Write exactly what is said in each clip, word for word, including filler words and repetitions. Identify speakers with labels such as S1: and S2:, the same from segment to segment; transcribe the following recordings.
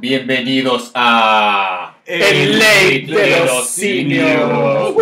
S1: Bienvenidos a
S2: El,
S1: el
S2: Late
S1: Late de los Simios.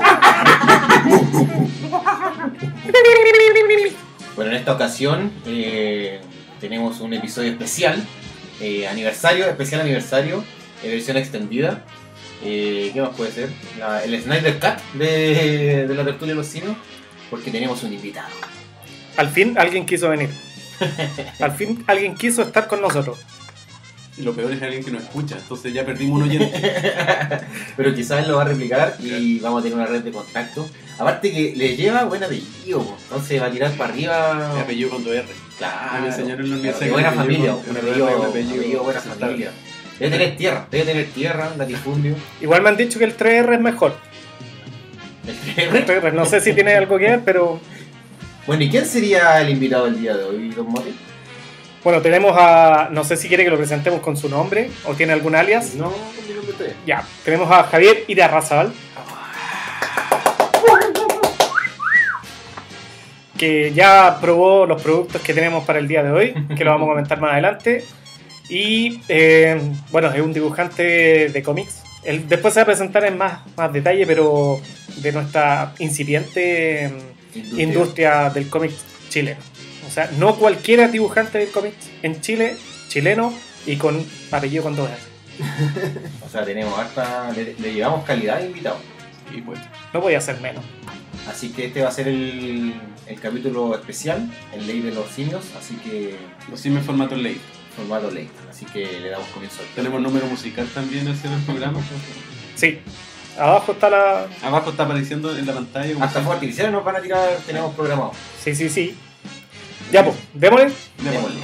S1: Bueno, en esta ocasión eh, tenemos un episodio especial, eh, aniversario, especial aniversario, eh, versión extendida. Eh, ¿Qué más puede ser? La, el Snyder Cut de, de la tertulia de los simios, porque tenemos un invitado.
S2: Al fin alguien quiso venir. Al fin alguien quiso estar con nosotros.
S3: Lo peor es alguien que nos escucha, entonces ya perdimos un oyente.
S1: Pero quizás lo va a replicar y vamos a tener una red de contacto. Aparte que le lleva buen apellido, entonces va a tirar para arriba.
S3: Me apellido con dos R.
S1: Claro.
S3: Me enseñaron en la universidad.
S1: De buena familia,
S3: con-
S1: un
S3: con
S1: apellido,
S3: un
S1: un
S3: apellido
S1: apellido buena
S3: aceptable.
S1: familia. Debe tener tierra, debe tener tierra, latifundio.
S2: Igual me han dicho que el tres R es mejor. El tres R, no sé si tiene algo que ver, pero...
S1: Bueno, ¿y quién sería el invitado del día de hoy, Don Moti?
S2: Bueno, tenemos a... No sé si quiere que lo presentemos con su nombre o tiene algún alias.
S4: No, con mi nombre tres.
S2: Ya, tenemos a Javier Irarrázaval, que ya probó los productos que tenemos para el día de hoy, que lo vamos a comentar más adelante. Y eh, bueno, es un dibujante de cómics. Él después se va a presentar en más, más detalle, pero de nuestra incipiente eh,
S1: Industria.
S2: industria del cómic chileno. O sea, no cualquiera dibujante del cómic en Chile, chileno y con apellido con dos R.
S1: O sea, tenemos harta. Le, le llevamos calidad de invitado.
S3: Y pues,
S2: No podía ser menos.
S1: Así que este va a ser el, el capítulo especial, el ley de los simios. Así que,
S3: los simios en formato late.
S1: formato ley. Así que le damos comienzo.
S3: Tenemos número musical también al hacer el programa.
S2: Sí, abajo está la...
S3: Abajo está apareciendo en la pantalla. como
S1: Hasta fuegos artificiales nos van a tirar, tenemos programado.
S2: Sí, sí, sí. Ya, pues, démosle.
S3: si- Démosle.
S1: Démosle.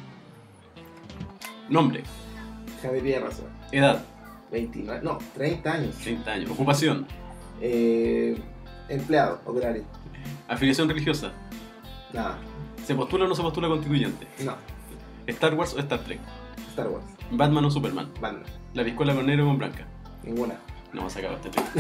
S3: Nombre,
S4: Javier Villarraza.
S3: edad,
S4: veintinueve, no, treinta años.
S3: treinta años. Ocupación,
S4: Eh, empleado, operario.
S3: afiliación religiosa.
S4: Nada,
S3: ¿Se postula o no se postula constituyente?
S4: no.
S3: ¿Star Wars o Star Trek?
S4: Star Wars,
S3: ¿Batman o Superman?
S4: banda,
S3: ¿La piscola con negro o con blanca?
S4: ninguna.
S3: No, vamos a acabar este tema.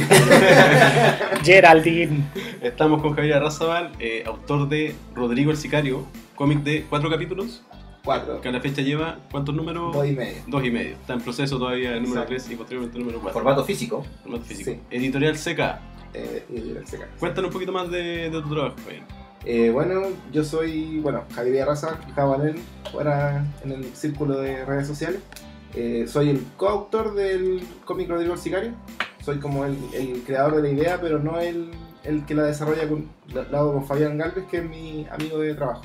S2: Geraldine.
S3: Estamos con Javier Arrázaval, eh, autor de Rodrigo el Sicario, cómic de cuatro capítulos,
S4: Cuatro,
S3: que a la fecha lleva, ¿cuántos números?
S4: dos y medio.
S3: Dos y medio. Está en proceso todavía el número
S4: Exacto.
S3: tres y posteriormente el número cuatro.
S1: Formato físico.
S3: Formato físico.
S4: Sí.
S3: Editorial C K.
S4: Eh, y el seca.
S3: Cuéntanos un poquito más de, de tu trabajo, Javier.
S4: Eh, bueno, yo soy, bueno, Javier Villarraza, Jabanel, fuera en el círculo de redes sociales. Eh, soy el coautor del cómic Rodrigo el Sicario. Soy como el, el creador de la idea, pero no el, el que la desarrolla con, la, la hago con Fabián Galvez, que es mi amigo de trabajo.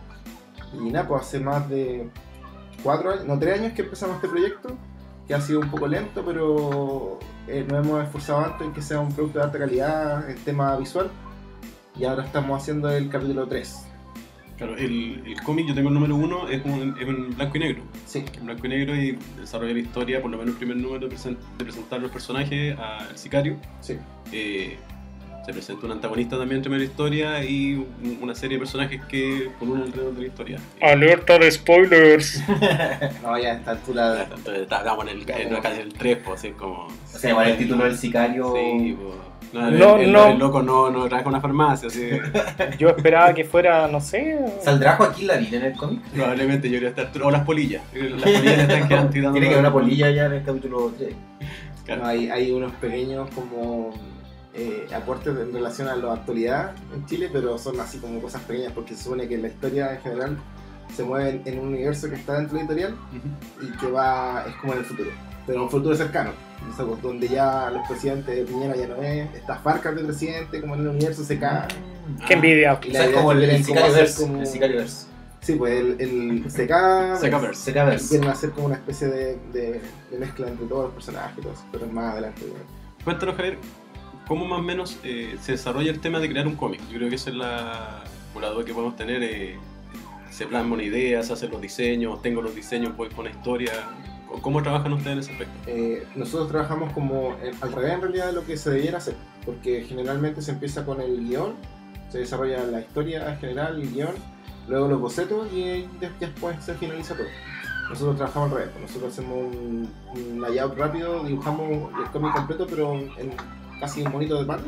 S4: Y nada, pues hace más de cuatro años, no, tres años que empezamos este proyecto, que ha sido un poco lento, pero eh, nos hemos esforzado harto en que sea un producto de alta calidad en tema visual. Y ahora estamos haciendo el capítulo tres.
S3: Claro, el, el cómic, yo tengo el número uno, es, un, es en blanco y negro.
S4: Sí,
S3: En blanco y negro y desarrolla la historia, por lo menos el primer número, de, present- de presentar los personajes al sicario.
S4: sí.
S3: Eh, se presenta un antagonista también en primera historia y un- una serie de personajes que pululan alrededor de la historia.
S2: Alerta de spoilers.
S4: No, ya a esta altura.
S3: Entonces estábamos en el, en el, el tres, pues, así como...
S1: O sea, igual el título del sicario.
S3: Sí, pues, no, el,
S2: No,
S3: el-
S2: no.
S3: el loco no, no trabaja en una farmacia, así.
S2: Yo esperaba que fuera, no sé...
S1: ¿Saldrá Joaquín Lavín en el cómic?
S3: Probablemente yo iría a estar... O las polillas. Las polillas le están quedando tirando...
S1: Tiene que haber una polilla ya en el capítulo tres.
S3: Claro.
S4: No, hay, hay unos pequeños como eh, aportes en relación a la actualidad en Chile, pero son así como cosas pequeñas porque se supone que la historia en general se mueve en, en un universo que está dentro de la editorial
S3: Ujú.
S4: y que va, es como en el futuro, pero en un futuro cercano, o sea, pues, donde ya los presidentes de Piñera ya no es, está Farcas de presidente, como en el universo se cae.
S2: Qué envidia.
S4: Y
S1: O
S4: la
S1: sea, es
S4: idea
S1: como
S4: es
S1: el,
S4: que
S1: el
S4: quieren como
S1: sicario
S4: hacer
S1: verse.
S4: como-
S1: El sicario verse.
S4: Sí, pues el, el se cae.
S3: Secaverse.
S1: Se cabe.
S4: Quieren hacer como una especie de, de, de mezcla entre todos los personajes y todo eso, pero más adelante. Bueno.
S3: Cuéntanos, Javier, ¿cómo más o menos eh, se desarrolla el tema de crear un cómic? Yo creo que esa es la, por la duda que podemos tener. Eh, se plasma una idea, se hacen los diseños, tengo los diseños, voy con la historia. ¿Cómo trabajan ustedes en ese aspecto?
S4: Eh, nosotros trabajamos como eh, al revés en realidad de lo que se debiera hacer, porque generalmente se empieza con el guión, se desarrolla la historia en general, el guión, luego los bocetos y des- después se finaliza todo. Nosotros trabajamos al revés, pues nosotros hacemos un, un layout rápido, dibujamos el cómic completo pero en casi un monito de parte.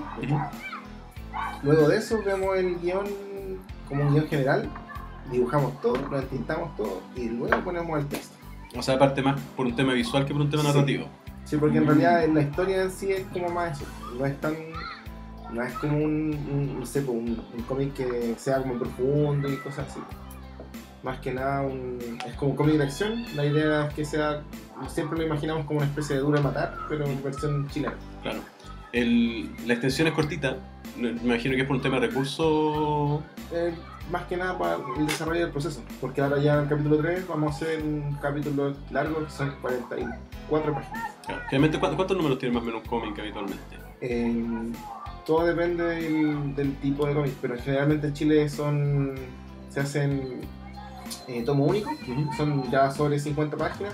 S4: Luego de eso vemos el guión como un guión general, dibujamos todo, lo entintamos todo y luego ponemos el texto.
S3: O sea, aparte más por un tema visual que por un tema
S4: Sí.
S3: narrativo.
S4: Sí, porque en
S1: Mm.
S4: realidad en la historia en sí es como más eso. No es tan. No es como un, un, no sé, pues, un, un cómic que sea como profundo y cosas así. Más que nada un, es como un cómic de acción. La idea es que sea, siempre lo imaginamos como una especie de Duro de Matar, pero en versión chilena.
S3: Claro. El, la extensión es cortita, me imagino que es por un tema de recursos.
S4: Eh, más que nada para el desarrollo del proceso, porque ahora ya en el capítulo tres vamos a hacer un capítulo largo que son cuarenta y cuatro páginas.
S3: Claro. Generalmente, ¿cuántos, ¿cuántos números tiene más o menos un cómic habitualmente?
S4: Eh, todo depende del, del tipo de cómic, pero generalmente en Chile son se hacen eh, tomo único,
S3: Ujú.
S4: son ya sobre cincuenta páginas,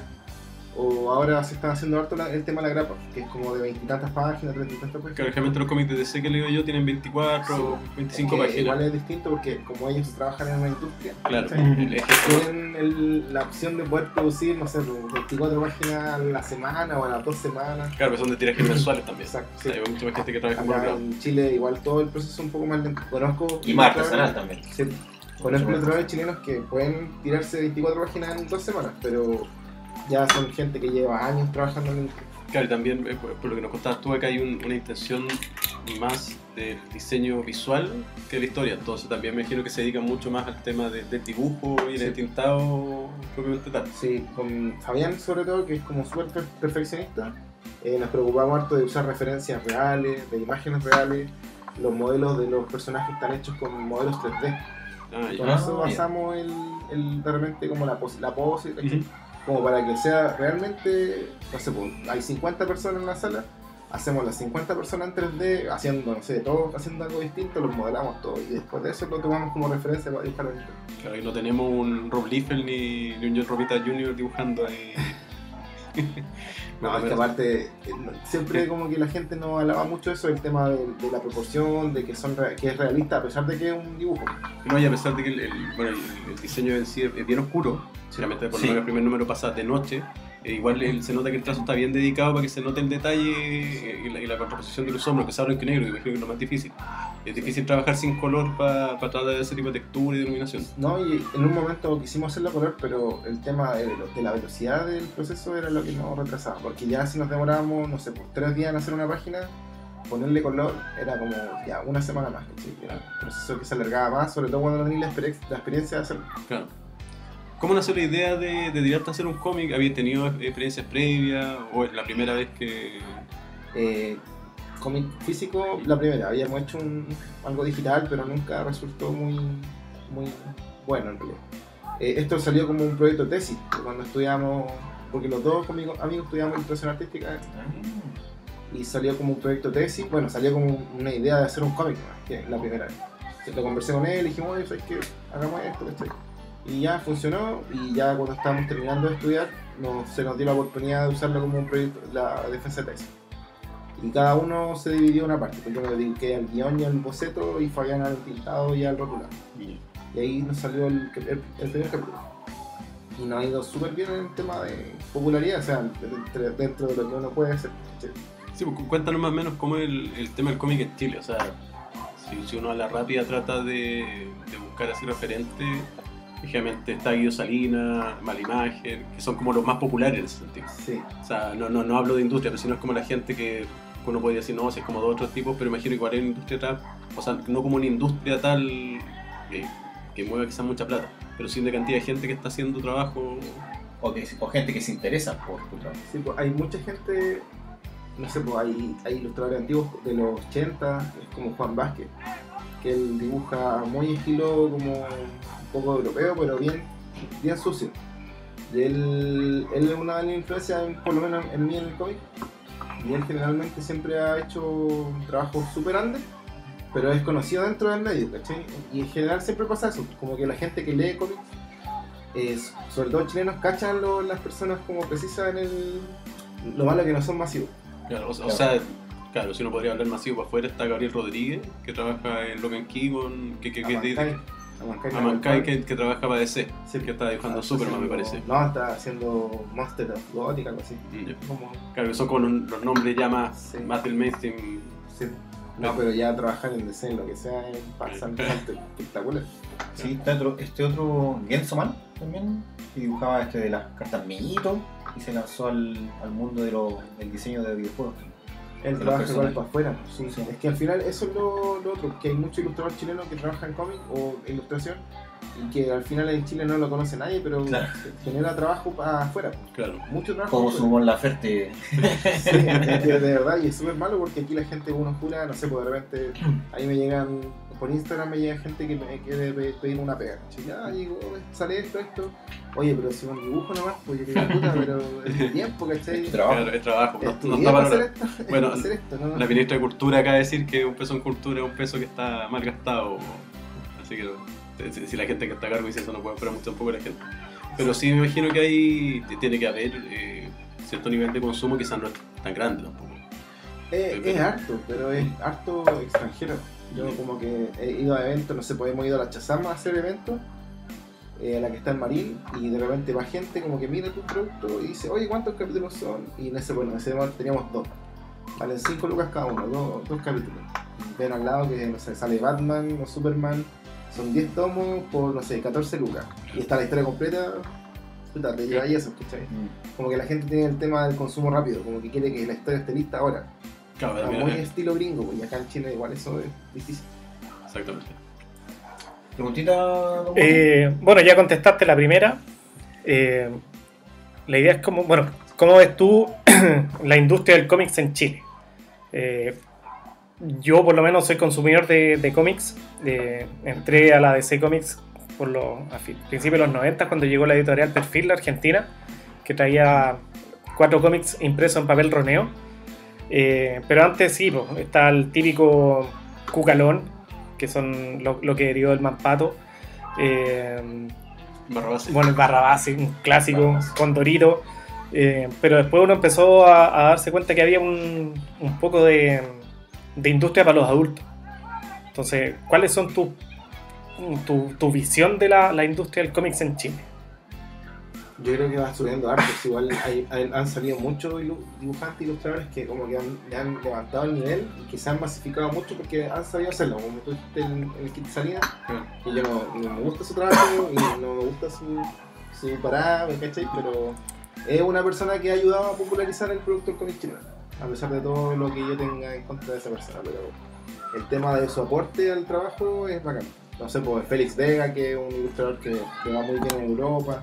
S4: o ahora se está haciendo harto la- el tema de la grapa, que es como de veintitantas páginas, treinta y tantas páginas.
S3: Claro, generalmente los cómics de D C que leo yo tienen veinticuatro o veinticinco
S4: Es que
S3: páginas.
S4: igual es distinto porque como ellos trabajan en una industria,
S3: Claro,
S4: ¿cachai?
S3: el- es que-
S4: tienen el- la opción de poder producir, no sé, veinticuatro páginas a la semana o a las dos semanas.
S3: claro, pero son de tirajes mensuales también.
S4: Exacto,
S3: O
S4: sí.
S3: sea, hay mucha más gente que trabaja
S4: Acá
S3: involucrado.
S4: en Chile igual todo el proceso es un poco más lento. Conozco
S1: Y más artesanal también.
S4: Sí. Conozco ilustradores chilenos que pueden tirarse veinticuatro páginas en dos semanas, pero ya son gente que lleva años trabajando en el...
S3: Claro, y también eh, por por lo que nos contabas tú, acá hay un- una intención más del diseño visual que de la historia. Entonces también me imagino que se dedica mucho más al tema de- del dibujo y del
S4: Sí.
S3: tintado propiamente tal.
S4: Sí, con Fabián sobre todo, que es como súper per- perfeccionista, eh, nos preocupamos harto de usar referencias reales, de imágenes reales. Los modelos de los personajes están hechos con modelos tres D.
S3: Ah, ya.
S4: Con
S1: Ah,
S4: eso
S1: ya.
S4: basamos el, el, de repente como la pose, la pose ¿cachai?
S3: Ujú.
S4: Como para que sea realmente, no sé, pues, hay cincuenta personas en la sala, hacemos las cincuenta personas en tres D, haciendo, no sé, todos haciendo algo distinto, los modelamos todo y después de eso lo tomamos como referencia para dibujar en esto.
S3: Claro, y no tenemos un Rob Liefeld ni, ni un John Romita junior dibujando ahí.
S4: No, es que aparte, eh, no- siempre como que la gente no alaba mucho eso, el tema de, de la proporción, de que, son re- que es realista a pesar de que es un dibujo.
S3: No, y a pesar de que el, el- bueno, el, el diseño en sí es es bien oscuro, sinceramente por lo
S1: Sí.
S3: menos el primer número pasa de noche, eh, igual el- se nota que el trazo está bien dedicado para que se note el detalle eh, y la, y la contraposición de los hombros, que es blanco y negro, que imagino que es lo más difícil. Es difícil trabajar sin color para tratar de ese tipo de textura y de iluminación.
S4: No, y en un momento quisimos hacerlo color, pero el tema de, de la velocidad del proceso era lo que nos retrasaba, porque ya si nos demorábamos, no sé, por tres días en hacer una página, ponerle color era como ya una semana más, ¿cachai? Era un proceso que se alargaba más, sobre todo cuando no tenías la, exper- la experiencia de hacerlo.
S3: Claro. ¿Cómo nació la idea de, de tirarte a hacer un cómic? ¿Habías tenido experiencias previas o es la primera vez que...?
S4: Eh, cómic físico, la primera, habíamos hecho un, algo digital, pero nunca resultó muy, muy bueno en realidad. Eh, esto salió como un proyecto de tesis, cuando estudiamos, porque los dos conmigo, amigos estudiamos ilustración artística, y salió como un proyecto de tesis, bueno, salió como una idea de hacer un cómic, ¿no? Que es la primera vez. Lo conversé con él y dijimos, oye, ¿sabes qué? Hagamos esto, ¿cachai? Y ya funcionó, y ya cuando estábamos terminando de estudiar, nos, se nos dio la oportunidad de usarlo como un proyecto, la defensa de tesis. Y cada uno se dividió una parte, porque yo me dediqué al guión y al boceto, y Fabián al pintado y al rotulado. Y ahí nos salió el, el, el primer capítulo. Y nos ha ido súper bien en el tema de popularidad, o sea, dentro, dentro de lo que uno puede hacer. ¿Sí?
S3: Sí, pues cuéntanos más o menos cómo es el, el tema del cómic en Chile. O sea, si, si uno a la rápida trata de, de buscar así referentes, generalmente está Guido Salinas, Malimagen, que son como los más populares en ese sentido.
S4: Sí.
S3: O sea, no, no, no hablo de industria, pero sino es como la gente que uno podría decir, no, si es como de otros tipos, pero imagino que igual hay una industria atrás, o sea, no como una industria tal que, que mueva quizás mucha plata, pero sí de cantidad de gente que está haciendo trabajo.
S1: O, que, o gente que se interesa por tu trabajo.
S4: Sí, pues hay mucha gente, no sé, pues hay, hay ilustradores antiguos de los ochenta, es como Juan Vázquez, que él dibuja muy estilo como un poco europeo, pero bien, bien sucio. Y él, él es una de las influencias, en- por lo menos en mí en el cómic, y él generalmente siempre ha hecho un trabajo súper under, pero es conocido dentro del medio, ¿cachai? Y en general siempre pasa eso, como que la gente que lee cómics, eh, sobre todo chilenos, cachan lo- las personas como precisas en el... Lo malo es que no son masivos.
S3: Claro, o, o
S1: Claro.
S3: sea, claro, si uno podría hablar masivo para afuera, está Gabriel Rodríguez, que trabaja en Logan Key, con, que, que, que,
S4: Amancay, Amancay,
S3: Amancay, que, que trabaja para D C,
S4: Sí,
S3: que está dibujando
S4: está
S3: Superman, me
S4: haciendo-
S3: parece.
S4: No, está haciendo Monster of Gothic, algo así.
S3: Mm, ya.
S4: Como,
S3: Claro, que son como los, los nombres ya más,
S4: Sí.
S3: más del mainstream.
S4: sí. No, pero ya trabajar en D C, en lo que sea, es bastante espectacular.
S1: Sí, está otro, este otro, Gensoman también, que dibujaba este de las cartas Mito y se lanzó al, al mundo de lo, del diseño de videojuegos.
S4: Él
S1: De
S4: trabaja
S1: los
S4: igual
S1: personajes.
S4: para afuera. Sí.
S1: Sí.
S4: Es que al final eso es lo, lo otro, que hay muchos ilustradores chilenos que trabajan en cómic o ilustración y que al final en Chile no lo conoce nadie, pero
S1: Claro.
S4: genera trabajo para afuera.
S3: Claro.
S4: Mucho trabajo.
S1: Como
S4: para
S1: su Mon Laferte.
S4: Sí, es que de verdad, y es súper malo porque aquí la gente uno jura, no sé, pues de repente a mí me llegan, por Instagram me llega gente que me quiere pe- pedir una pega. ¿Cachai? Ya, digo, sale esto, esto. Oye, pero si un dibujo nomás, pues yo digo, puta, pero es mi tiempo, ¿cachai?
S1: Es tu trabajo.
S3: Claro, es trabajo, no, no
S4: Estudié
S3: está
S4: para hacer
S3: valorado.
S4: esto,
S3: Bueno,
S4: para hacer esto, ¿no?
S3: La ministra de Cultura acaba de decir que un peso en cultura es un peso que está mal gastado. Así que si, si la gente que está a cargo dice eso, no puede esperar mucho tampoco la gente. Pero sí me imagino que hay, tiene que haber eh, cierto nivel de consumo, quizás no es tan grande tampoco.
S4: Es, es harto, pero es harto extranjero. Yo como que he ido a eventos, no sé, pues hemos ido a la Chazama a hacer eventos, eh, a la que está en Marín, y de repente va gente como que mira tu producto y dice, oye, ¿cuántos capítulos son? Y en ese, bueno, en ese momento teníamos dos. Valen cinco lucas cada uno, dos, dos capítulos. Ven al lado que, no sé, sale Batman o Superman, son diez tomos por, no sé, catorce lucas. Y está la historia completa, puta, te lleva ahí eso, ¿cachai? Como que la gente tiene el tema del consumo rápido, como que quiere que la historia esté lista ahora.
S3: Claro,
S4: Está
S3: mira,
S4: muy
S3: eh,
S4: estilo gringo, pues, y acá en Chile igual eso es difícil.
S3: exactamente.
S1: Preguntita, don Juan.
S2: Eh, bueno, ya contestaste la primera. Eh, la idea es como, bueno, ¿cómo ves tú la industria del cómics en Chile? Eh, yo por lo menos soy consumidor de, de cómics. Eh, entré a la D C Comics por los, a fin- principios de los noventa cuando llegó la editorial Perfil, la argentina, que traía cuatro cómics impresos en papel roneo. Eh, pero antes sí, pues, está el típico Cucalón, que son lo, lo que derivó del Mampato. Eh,
S3: Barrabás.
S2: bueno, el Barrabás, un clásico,
S1: Barrabás.
S2: Condorito. Eh, pero después uno empezó a, a darse cuenta que había un, un poco de, de industria para los adultos. Entonces, ¿cuáles son tus tu, tu visión de la, la industria del cómics en Chile?
S4: Yo creo que va subiendo harto, pues igual hay- hay- han salido muchos ilu- dibujantes e ilustradores que como que han, le han levantado el nivel y que se han masificado mucho porque han sabido hacerlo, como tú dijiste en el Kit Salida, y yo no, no me gusta su trabajo y no me gusta su, su parada, ¿me cachai? Pero es una persona que ha ayudado a popularizar el producto del cómic chileno, a pesar de todo lo que yo tenga en contra de esa persona, pero el tema de su aporte al trabajo es bacán. No sé, pues Félix Vega, que es un ilustrador que, que va muy bien en Europa.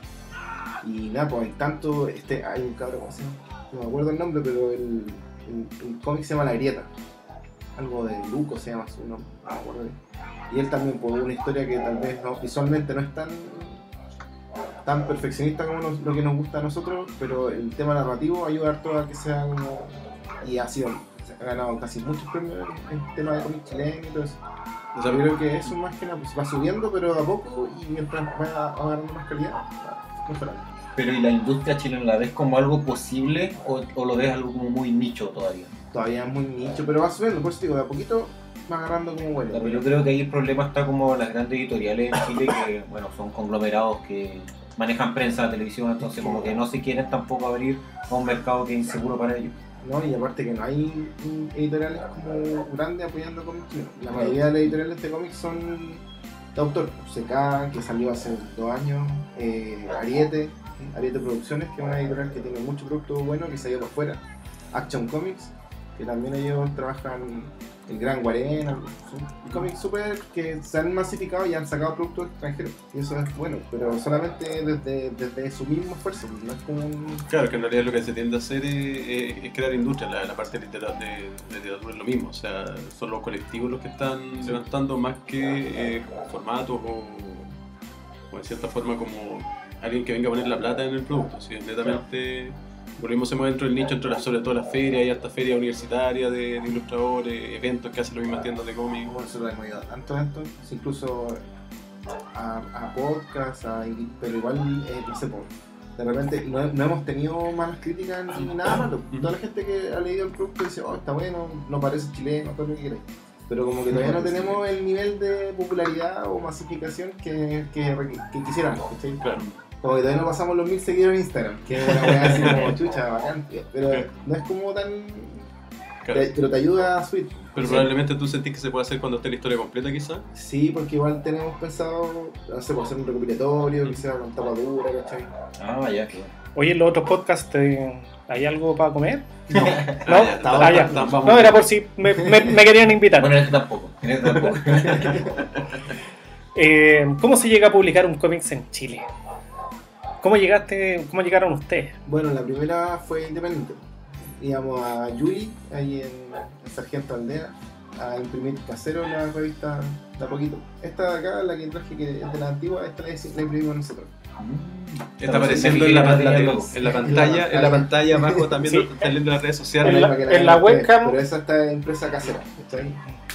S4: Y nada, pues hay tanto, este, hay un cabrón, ¿cómo se llama? No me acuerdo el nombre, pero el, el, el cómic se llama La Grieta. Algo de Luco se llama su nombre, no me acuerdo bien. Y él también, pues una historia que tal vez no, visualmente no es tan, tan perfeccionista como nos- lo que nos gusta a nosotros, pero el tema narrativo ayuda harto a que sea como... Y ha sido, ha ganado casi muchos premios en el tema de cómic chileno y todo eso. O sea, yo creo que eso más que nada pues, va subiendo, pero de a poco, y mientras va agarrando más calidad, va mejorando.
S1: Pero ¿y la industria chilena la ves como algo posible o, o lo ves algo como muy nicho todavía?
S4: Todavía es muy nicho, pero va subiendo, por eso digo, de a poquito va agarrando como bueno.
S1: Pero yo creo que ahí el problema está como las grandes editoriales en Chile que, bueno, son conglomerados que manejan prensa, televisión, entonces como que no se quieren tampoco abrir a un mercado que es inseguro para ellos.
S4: No, y aparte que no hay mm, editoriales como grandes apoyando cómics chilenos. La mayoría de las editoriales de cómics son de autor. C K, que salió hace dos años, eh, Ariete, Ariete Producciones, que es una editorial que tiene mucho producto bueno que se ha ido por fuera. Action Comics, que también ellos trabajan el Gran Guarena, son cómics super que se han masificado y han sacado productos extranjeros. Y eso es bueno, pero solamente desde, desde su mismo esfuerzo, no es como un...
S3: Claro, que en realidad lo que se tiende a hacer es, es- es crear industria, la, la parte litera- de, de literatura es lo mismo, o sea, son los colectivos los que están levantando más que eh, formatos o, o en cierta forma como alguien que venga a poner la plata en el producto, si es netamente... Volvemos a dentro del nicho, dentro de la- sobre todo las ferias, hay hasta ferias universitarias de, de ilustradores, eventos que hacen las mismas tiendas de cómics.
S4: Como nosotros hemos ido a tantos eventos, incluso a, a podcasts, a- pero igual, eh, no sé, por, de repente no, no hemos tenido malas críticas ni nada malo. Toda la gente que ha leído el producto dice, oh, está bueno, no parece chileno, todo lo que queráis. Pero como que todavía no tenemos el nivel de popularidad o masificación que, que, que quisieran, ¿cachai?
S3: Claro.
S4: Como que todavía no pasamos los mil seguidores en Instagram, que es una weá así como chucha, bacán, pero no es como tan
S3: Claro.
S4: Te- pero te ayuda a subir.
S3: Pero
S1: Sí.
S3: probablemente tú sentís que se puede hacer cuando esté la historia completa, quizás.
S4: Sí, porque igual tenemos pensado, no sé, pues, hacer un recopilatorio, que sea con tapa dura, ¿cachai?
S1: Ah, ya, qué bueno.
S2: Oye, en los otros podcasts, eh, ¿hay algo para comer?
S4: No,
S2: ¿No?
S3: ya,
S2: Ah, ya.
S3: vamos- vamos-
S2: No, era por si me, me- me querían invitar.
S1: Bueno, en este tampoco. En este tampoco.
S2: Eh, ¿Cómo se llega a publicar un cómics en Chile? ¿Cómo llegaste, cómo llegaron ustedes?
S4: Bueno, la primera fue independiente. Íbamos a Yui, ahí en, en Sargento Aldea, a imprimir casero la revista de a poquito. Esta de acá, la que traje, que es de la antigua, esta la, la imprimimos nosotros.
S3: Está apareciendo en la,
S1: la
S3: pantalla,
S1: tengo.
S3: en la pantalla, en la pantalla abajo también
S2: Sí.
S3: está leyendo las redes
S2: En
S3: sociales.
S2: la-
S4: Para que
S2: en
S4: vean
S2: la
S4: ustedes,
S2: webcam-
S4: Pero esa está impresa casera, ¿cachai?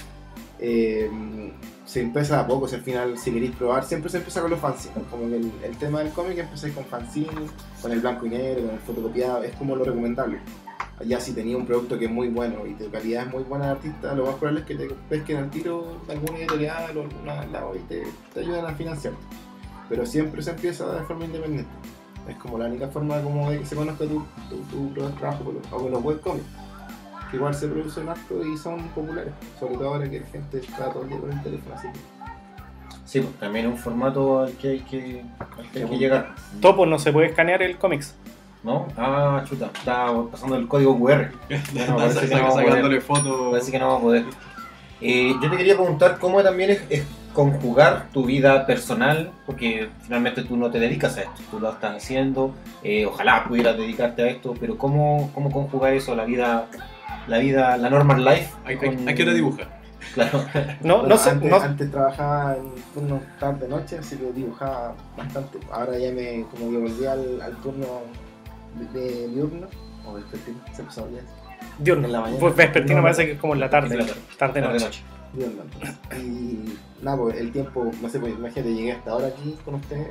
S4: Eh, se empieza a poco, si al final, si queréis probar, siempre se empieza con los fanzines. Como que el, el tema del cómic empezáis con fanzine, con el blanco y negro, con el fotocopiado, es como lo recomendable. Ya si tenía un producto que es muy bueno y tu calidad es muy buena de artista, lo más probable es que te pesquen al tiro de alguna editorial o alguna lado y te, te ayudan a financiar. Pero siempre se empieza de forma independiente. Es como la única forma como de que se conozca tu, tu, tu, tu trabajo con los, o con los webcomics, que igual se producen harto y son populares, sobre todo ahora que la gente está todo el día con el teléfono, así que
S1: Sí, pues también es un formato al que hay que, al que, hay que llegar.
S2: Topo, no se puede escanear el cómics.
S1: ¿No? Ah, chuta, está pasando el código cu erre. Bueno, parece que no vamos a poder.
S3: Sacándole fotos.
S1: Parece que no vamos a poder. Eh, yo te quería preguntar cómo también es, es conjugar tu vida personal, porque finalmente tú no te dedicas a esto, tú lo estás haciendo, eh, ojalá pudieras dedicarte a esto, pero cómo, cómo conjugar eso, la vida, la vida, la normal life.
S3: Hay,
S1: con-
S3: hay, hay que hora dibujar.
S1: Claro.
S2: No,
S4: Bueno,
S2: no sé,
S4: antes,
S2: no,
S4: antes trabajaba en turnos tarde-noche, así que dibujaba bastante. Ahora ya me como que volví al, al turno de, de diurno o vespertino, se empezó a olvidar.
S2: diurno.
S4: en la mañana.
S2: Pues vespertino
S4: No,
S2: parece
S4: no.
S2: que es como en la tarde,
S1: En la tarde.
S2: tarde
S1: Tarde
S2: noche.
S1: noche.
S4: Diurno. Y nada, pues el tiempo, no sé, pues imagínate, llegué hasta ahora aquí con ustedes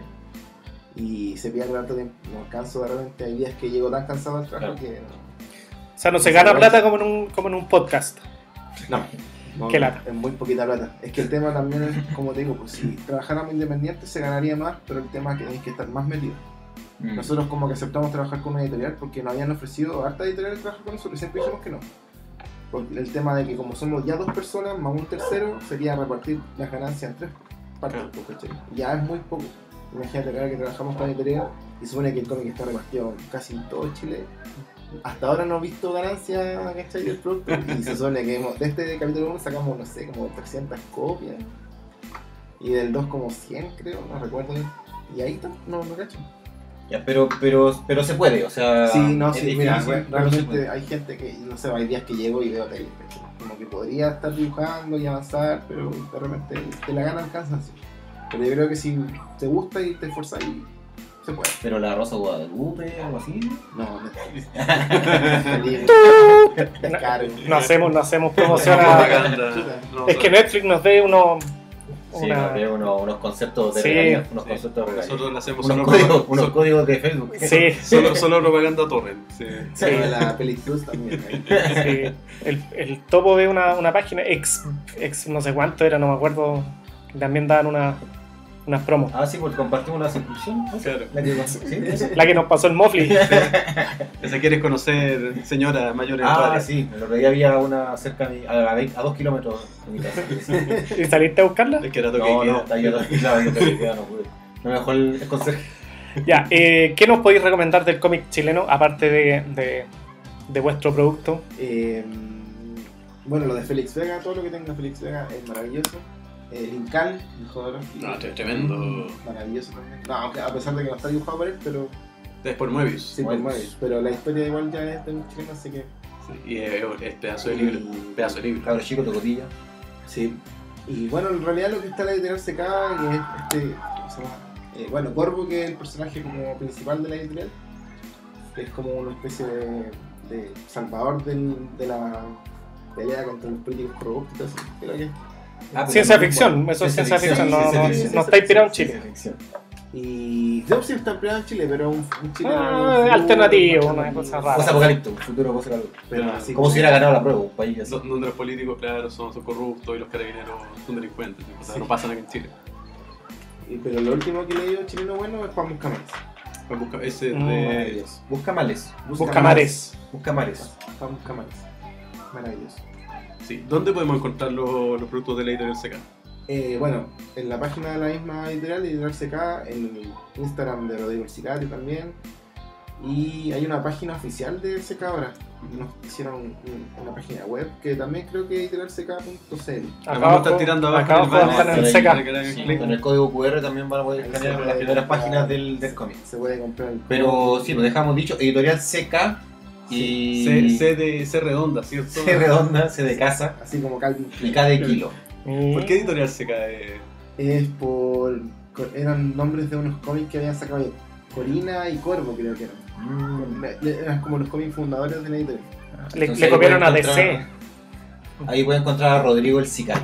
S4: y se pierde tanto tiempo. No canso de repente, hay días que llego tan cansado del trabajo
S1: Claro.
S4: que
S2: O sea, no se gana plata como en un, como en un podcast.
S4: no. No,
S2: Qué lata.
S4: es muy poquita plata. Es que el tema también es, como te digo, pues si trabajáramos independientes se ganaría más, pero el tema es que tenéis que estar más metidos.
S1: Mm.
S4: Nosotros como que aceptamos trabajar con una editorial porque nos habían ofrecido harta editoriales trabajar con nosotros y siempre dijimos que no. Por el tema de que como somos ya dos personas más un tercero, sería repartir las ganancias en tres partes,
S3: Claro.
S4: pues, ¿cachai? Ya es muy poco. Imagínate ahora que trabajamos con editorial y supone que el cómic está repartido en casi todo Chile. Hasta ahora no he visto ganancias, ¿cachai? Del producto y se supone que hemos- de este capítulo uno sacamos, no sé, como trescientas copias y del dos como cien creo, no recuerdo bien. Y ahí está, no, no cacho.
S1: Ya, pero, pero, pero se puede, o sea.
S4: Sí, no,
S1: es
S4: sí,
S1: difícil,
S4: mira,
S1: pero se
S4: realmente
S1: puede.
S4: hay gente que, no sé, hay días que llego y veo tele, ¿cachai? Como que podría estar dibujando y avanzar, pero de repente te la gana el cansancio. Pero yo creo que si te gusta y te esforzas, y se puede.
S1: Pero la Rosa Guadalupe, algo así.
S4: No, no es es caro.
S2: No hacemos, no hacemos promoción a...
S3: Propaganda. No,
S2: Es que Netflix nos dé uno...
S1: Sí,
S2: Una...
S1: nos dé unos, unos conceptos de
S2: Sí.
S1: regalía, unos
S3: Sí.
S1: conceptos de regalía.
S3: Nosotros le hacemos
S1: Unos
S3: solo,
S1: códigos,
S3: propaganda-
S1: unos
S3: so-
S1: códigos de Facebook.
S2: Sí,
S3: solo, solo propaganda torrent. Sí.
S2: sí,
S4: Sí, la Peli Plus también. ¿eh?
S2: sí. El, el topo de una, una página, ex, ex no sé cuánto era, no me acuerdo, también daban una, unas promos.
S1: Ah, sí, porque compartimos una suscripción. ¿no?
S3: Claro.
S1: La que, sí, eso.
S2: La que nos pasó el Mofli.
S3: Esa quieres conocer, señora mayor en
S1: Ah,
S3: Padre.
S1: sí, el otro día había una cerca de mi, a, veinte a dos kilómetros de mi casa.
S2: ¿Y saliste a buscarla?
S3: Es que era toque
S1: No,
S3: de
S1: no,
S3: queda.
S1: está ahí a dos kilómetros, no pude. No me dejó el, el consejo.
S2: Ya, eh, ¿qué nos podéis recomendar del cómic chileno, aparte de, de, de vuestro producto?
S4: Eh, bueno, lo de Félix Vega, todo lo que tenga Félix Vega es maravilloso. El Incal, el jugador.
S3: No, tre- tremendo.
S4: Maravilloso también. No, aunque a pesar de que no está dibujado por él, pero
S3: Es por Moebius.
S4: sí, por
S1: Moebius.
S4: Moebius. Pero la historia igual ya es de un chileno, así que
S3: Sí, y es, es pedazo de libro. Pedazo de libro.
S1: Cabro chico, tocotilla.
S4: sí. Y bueno, en realidad lo que está en la editorial se caga y es este. ¿Cómo se llama? Eh, bueno, Corvo, que es el personaje como principal de la editorial, que es como una especie de, de salvador del, de la pelea contra los políticos corruptos y todo eso. Creo que
S1: Ah, pero
S2: Ciencia
S1: no,
S2: ficción,
S1: bueno,
S2: eso es ciencia ficción, no,
S1: ciencia
S2: no,
S1: ficción.
S2: no está inspirado en
S1: Ciencia
S2: Chile.
S1: ficción.
S4: Y Job sí está empleado en Chile, pero un, un Chile
S2: Ah, alternativo, una cosa rara.
S1: Post-apocalipto, un futuro post-apocalipto.
S4: Pero así
S1: Como si hubiera ganado la prueba, un país así.
S3: Los- Donde los políticos, claro, son, son corruptos y los carabineros son delincuentes. O sea, no pasan aquí en Chile.
S4: Y- pero lo último que he leído chileno bueno es Juan Buscamares.
S3: Juan Busca- Ese
S2: Mm,
S3: de.
S1: Maravilloso. Busca males.
S2: Busca mares.
S1: Busca mares.
S4: Juan Buscamares. maravilloso.
S3: Sí. ¿Dónde podemos encontrar los, los productos de la editorial C K?
S4: Eh, bueno, en la página de la misma editorial, Editorial C K, en el Instagram de Rodrigo el Sicario también. Y hay una página oficial de C K ahora. Nos hicieron un- una página web que también creo que es editorial c k punto c l.
S3: La vamos a estar tirando abajo
S2: acá
S3: en el
S2: abajo
S3: banner,
S2: están en el
S1: ahí,
S2: C K.
S3: para que le hagan
S1: Sí,
S3: clic.
S1: con el código Q R también van a poder escanear las primeras páginas del, del cómic.
S4: Se puede comprar el
S1: Pero sí, lo dejamos dicho, editorial C K y
S3: C, C de C redonda, ¿cierto?
S1: C redonda, C de casa
S4: Así como Calvin
S1: y K de kilo.
S2: Y-
S3: ¿Por qué editorial C K? Eh,
S4: es por. co- Eran nombres de unos cómics que habían sacado ya. Corina y Corvo, creo que eran.
S1: Mm.
S4: Le- le- Eran como los cómics fundadores de la editorial.
S2: Le,
S1: Entonces
S2: le
S1: ahí
S2: copiaron a
S1: pueden
S2: D C.
S1: encontrar- Ahí pueden encontrar a Rodrigo el Sicario.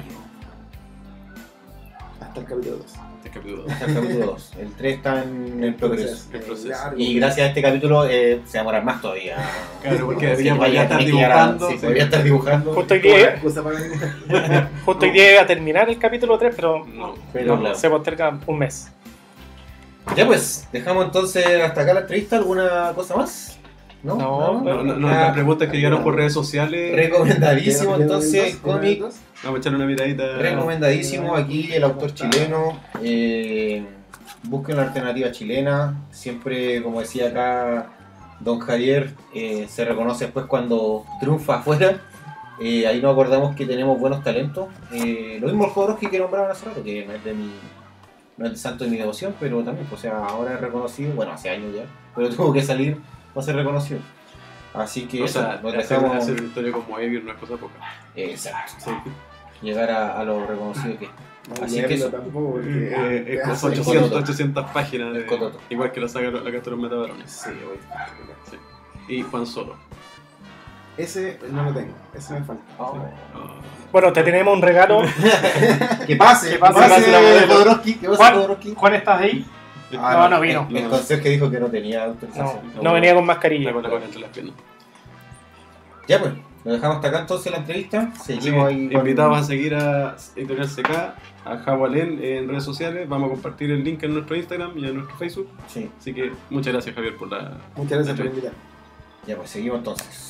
S4: Hasta el capítulo dos.
S3: este capítulo.
S1: Hasta el capítulo dos. El tres está en el progreso.
S3: el proceso.
S4: Largo.
S1: Y gracias a este capítulo eh, se va a demorar más todavía.
S3: Claro, porque
S1: Así
S3: debería
S1: que vaya a
S3: estar
S1: tener que llegar a-
S3: dibujando.
S1: sí, podría estar dibujando.
S2: Justo hoy
S4: Como la
S2: día,
S4: excusa para venir.
S2: justo hoy día iba a terminar el capítulo tres, pero
S3: No.
S1: Pero
S2: no,
S1: claro.
S2: se posterga un mes.
S1: Ya pues, dejamos entonces hasta acá la entrevista. ¿Alguna cosa más? ¿No?
S2: No,
S3: No, no, no,
S1: Ah,
S3: las preguntas que llegaron por redes sociales.
S1: Recomendadísimo
S4: ¿Tiene-
S1: entonces,
S4: tiene dos?
S1: cómic.
S4: ¿Tiene dos?
S3: Vamos a echarle una miradita.
S1: Recomendadísimo aquí el autor chileno. Eh, busquen la alternativa chilena. Siempre, como decía acá don Javier, eh, se reconoce después cuando triunfa afuera. Eh, ahí nos acordamos que tenemos buenos talentos. Eh, lo mismo el Jodorowsky que nombraban hace rato, que no es de mi, no es de santo de mi devoción, pero también, pues, o sea, ahora es reconocido, bueno, hace años ya, pero tuvo que salir para ser reconocido. Así que
S3: O
S1: eso,
S3: sea,
S1: nos
S3: hacer,
S1: dejamos
S3: hacer una historia como Evil no es cosa poca.
S1: eh, exacto,
S3: Sí.
S1: llegar a, a lo reconocido que es.
S4: No
S1: Así
S4: leerlo
S1: que eso.
S4: tampoco porque.
S3: Eh, es
S4: pedazo
S3: como
S4: de
S3: ochocientas,
S1: cototo.
S3: ochocientas páginas, de,
S1: Es cototo.
S3: igual que la saga La Casa de los Metabarones.
S4: Sí, oye.
S3: Sí. Y Juan Solo.
S4: Ese no lo tengo, ese me falta.
S1: Oh.
S3: Ah.
S2: Bueno, te tenemos un regalo.
S1: Que pase, que
S2: pase,
S1: pase,
S2: pase la modelo.
S1: Jodorowsky, que pase
S2: Juan,
S1: Jodorowsky.
S2: Juan, ¿estás ahí?
S1: Ah,
S2: No, no vino.
S1: El, el conserje dijo que no tenía
S2: No,
S1: autorización.
S2: no venía con
S3: Está
S2: mascarilla.
S3: con la cola entre las piernas.
S1: Ya pues, lo dejamos hasta acá entonces la entrevista. Seguimos ahí con-
S3: Invitados a seguir a Editorial C K, a Jagualén en redes sociales. Vamos a compartir el link en nuestro Instagram y en nuestro Facebook.
S1: Sí,
S3: Así que muchas gracias, Javier, por la.
S4: Muchas gracias por invitarme.
S1: ya pues, seguimos entonces.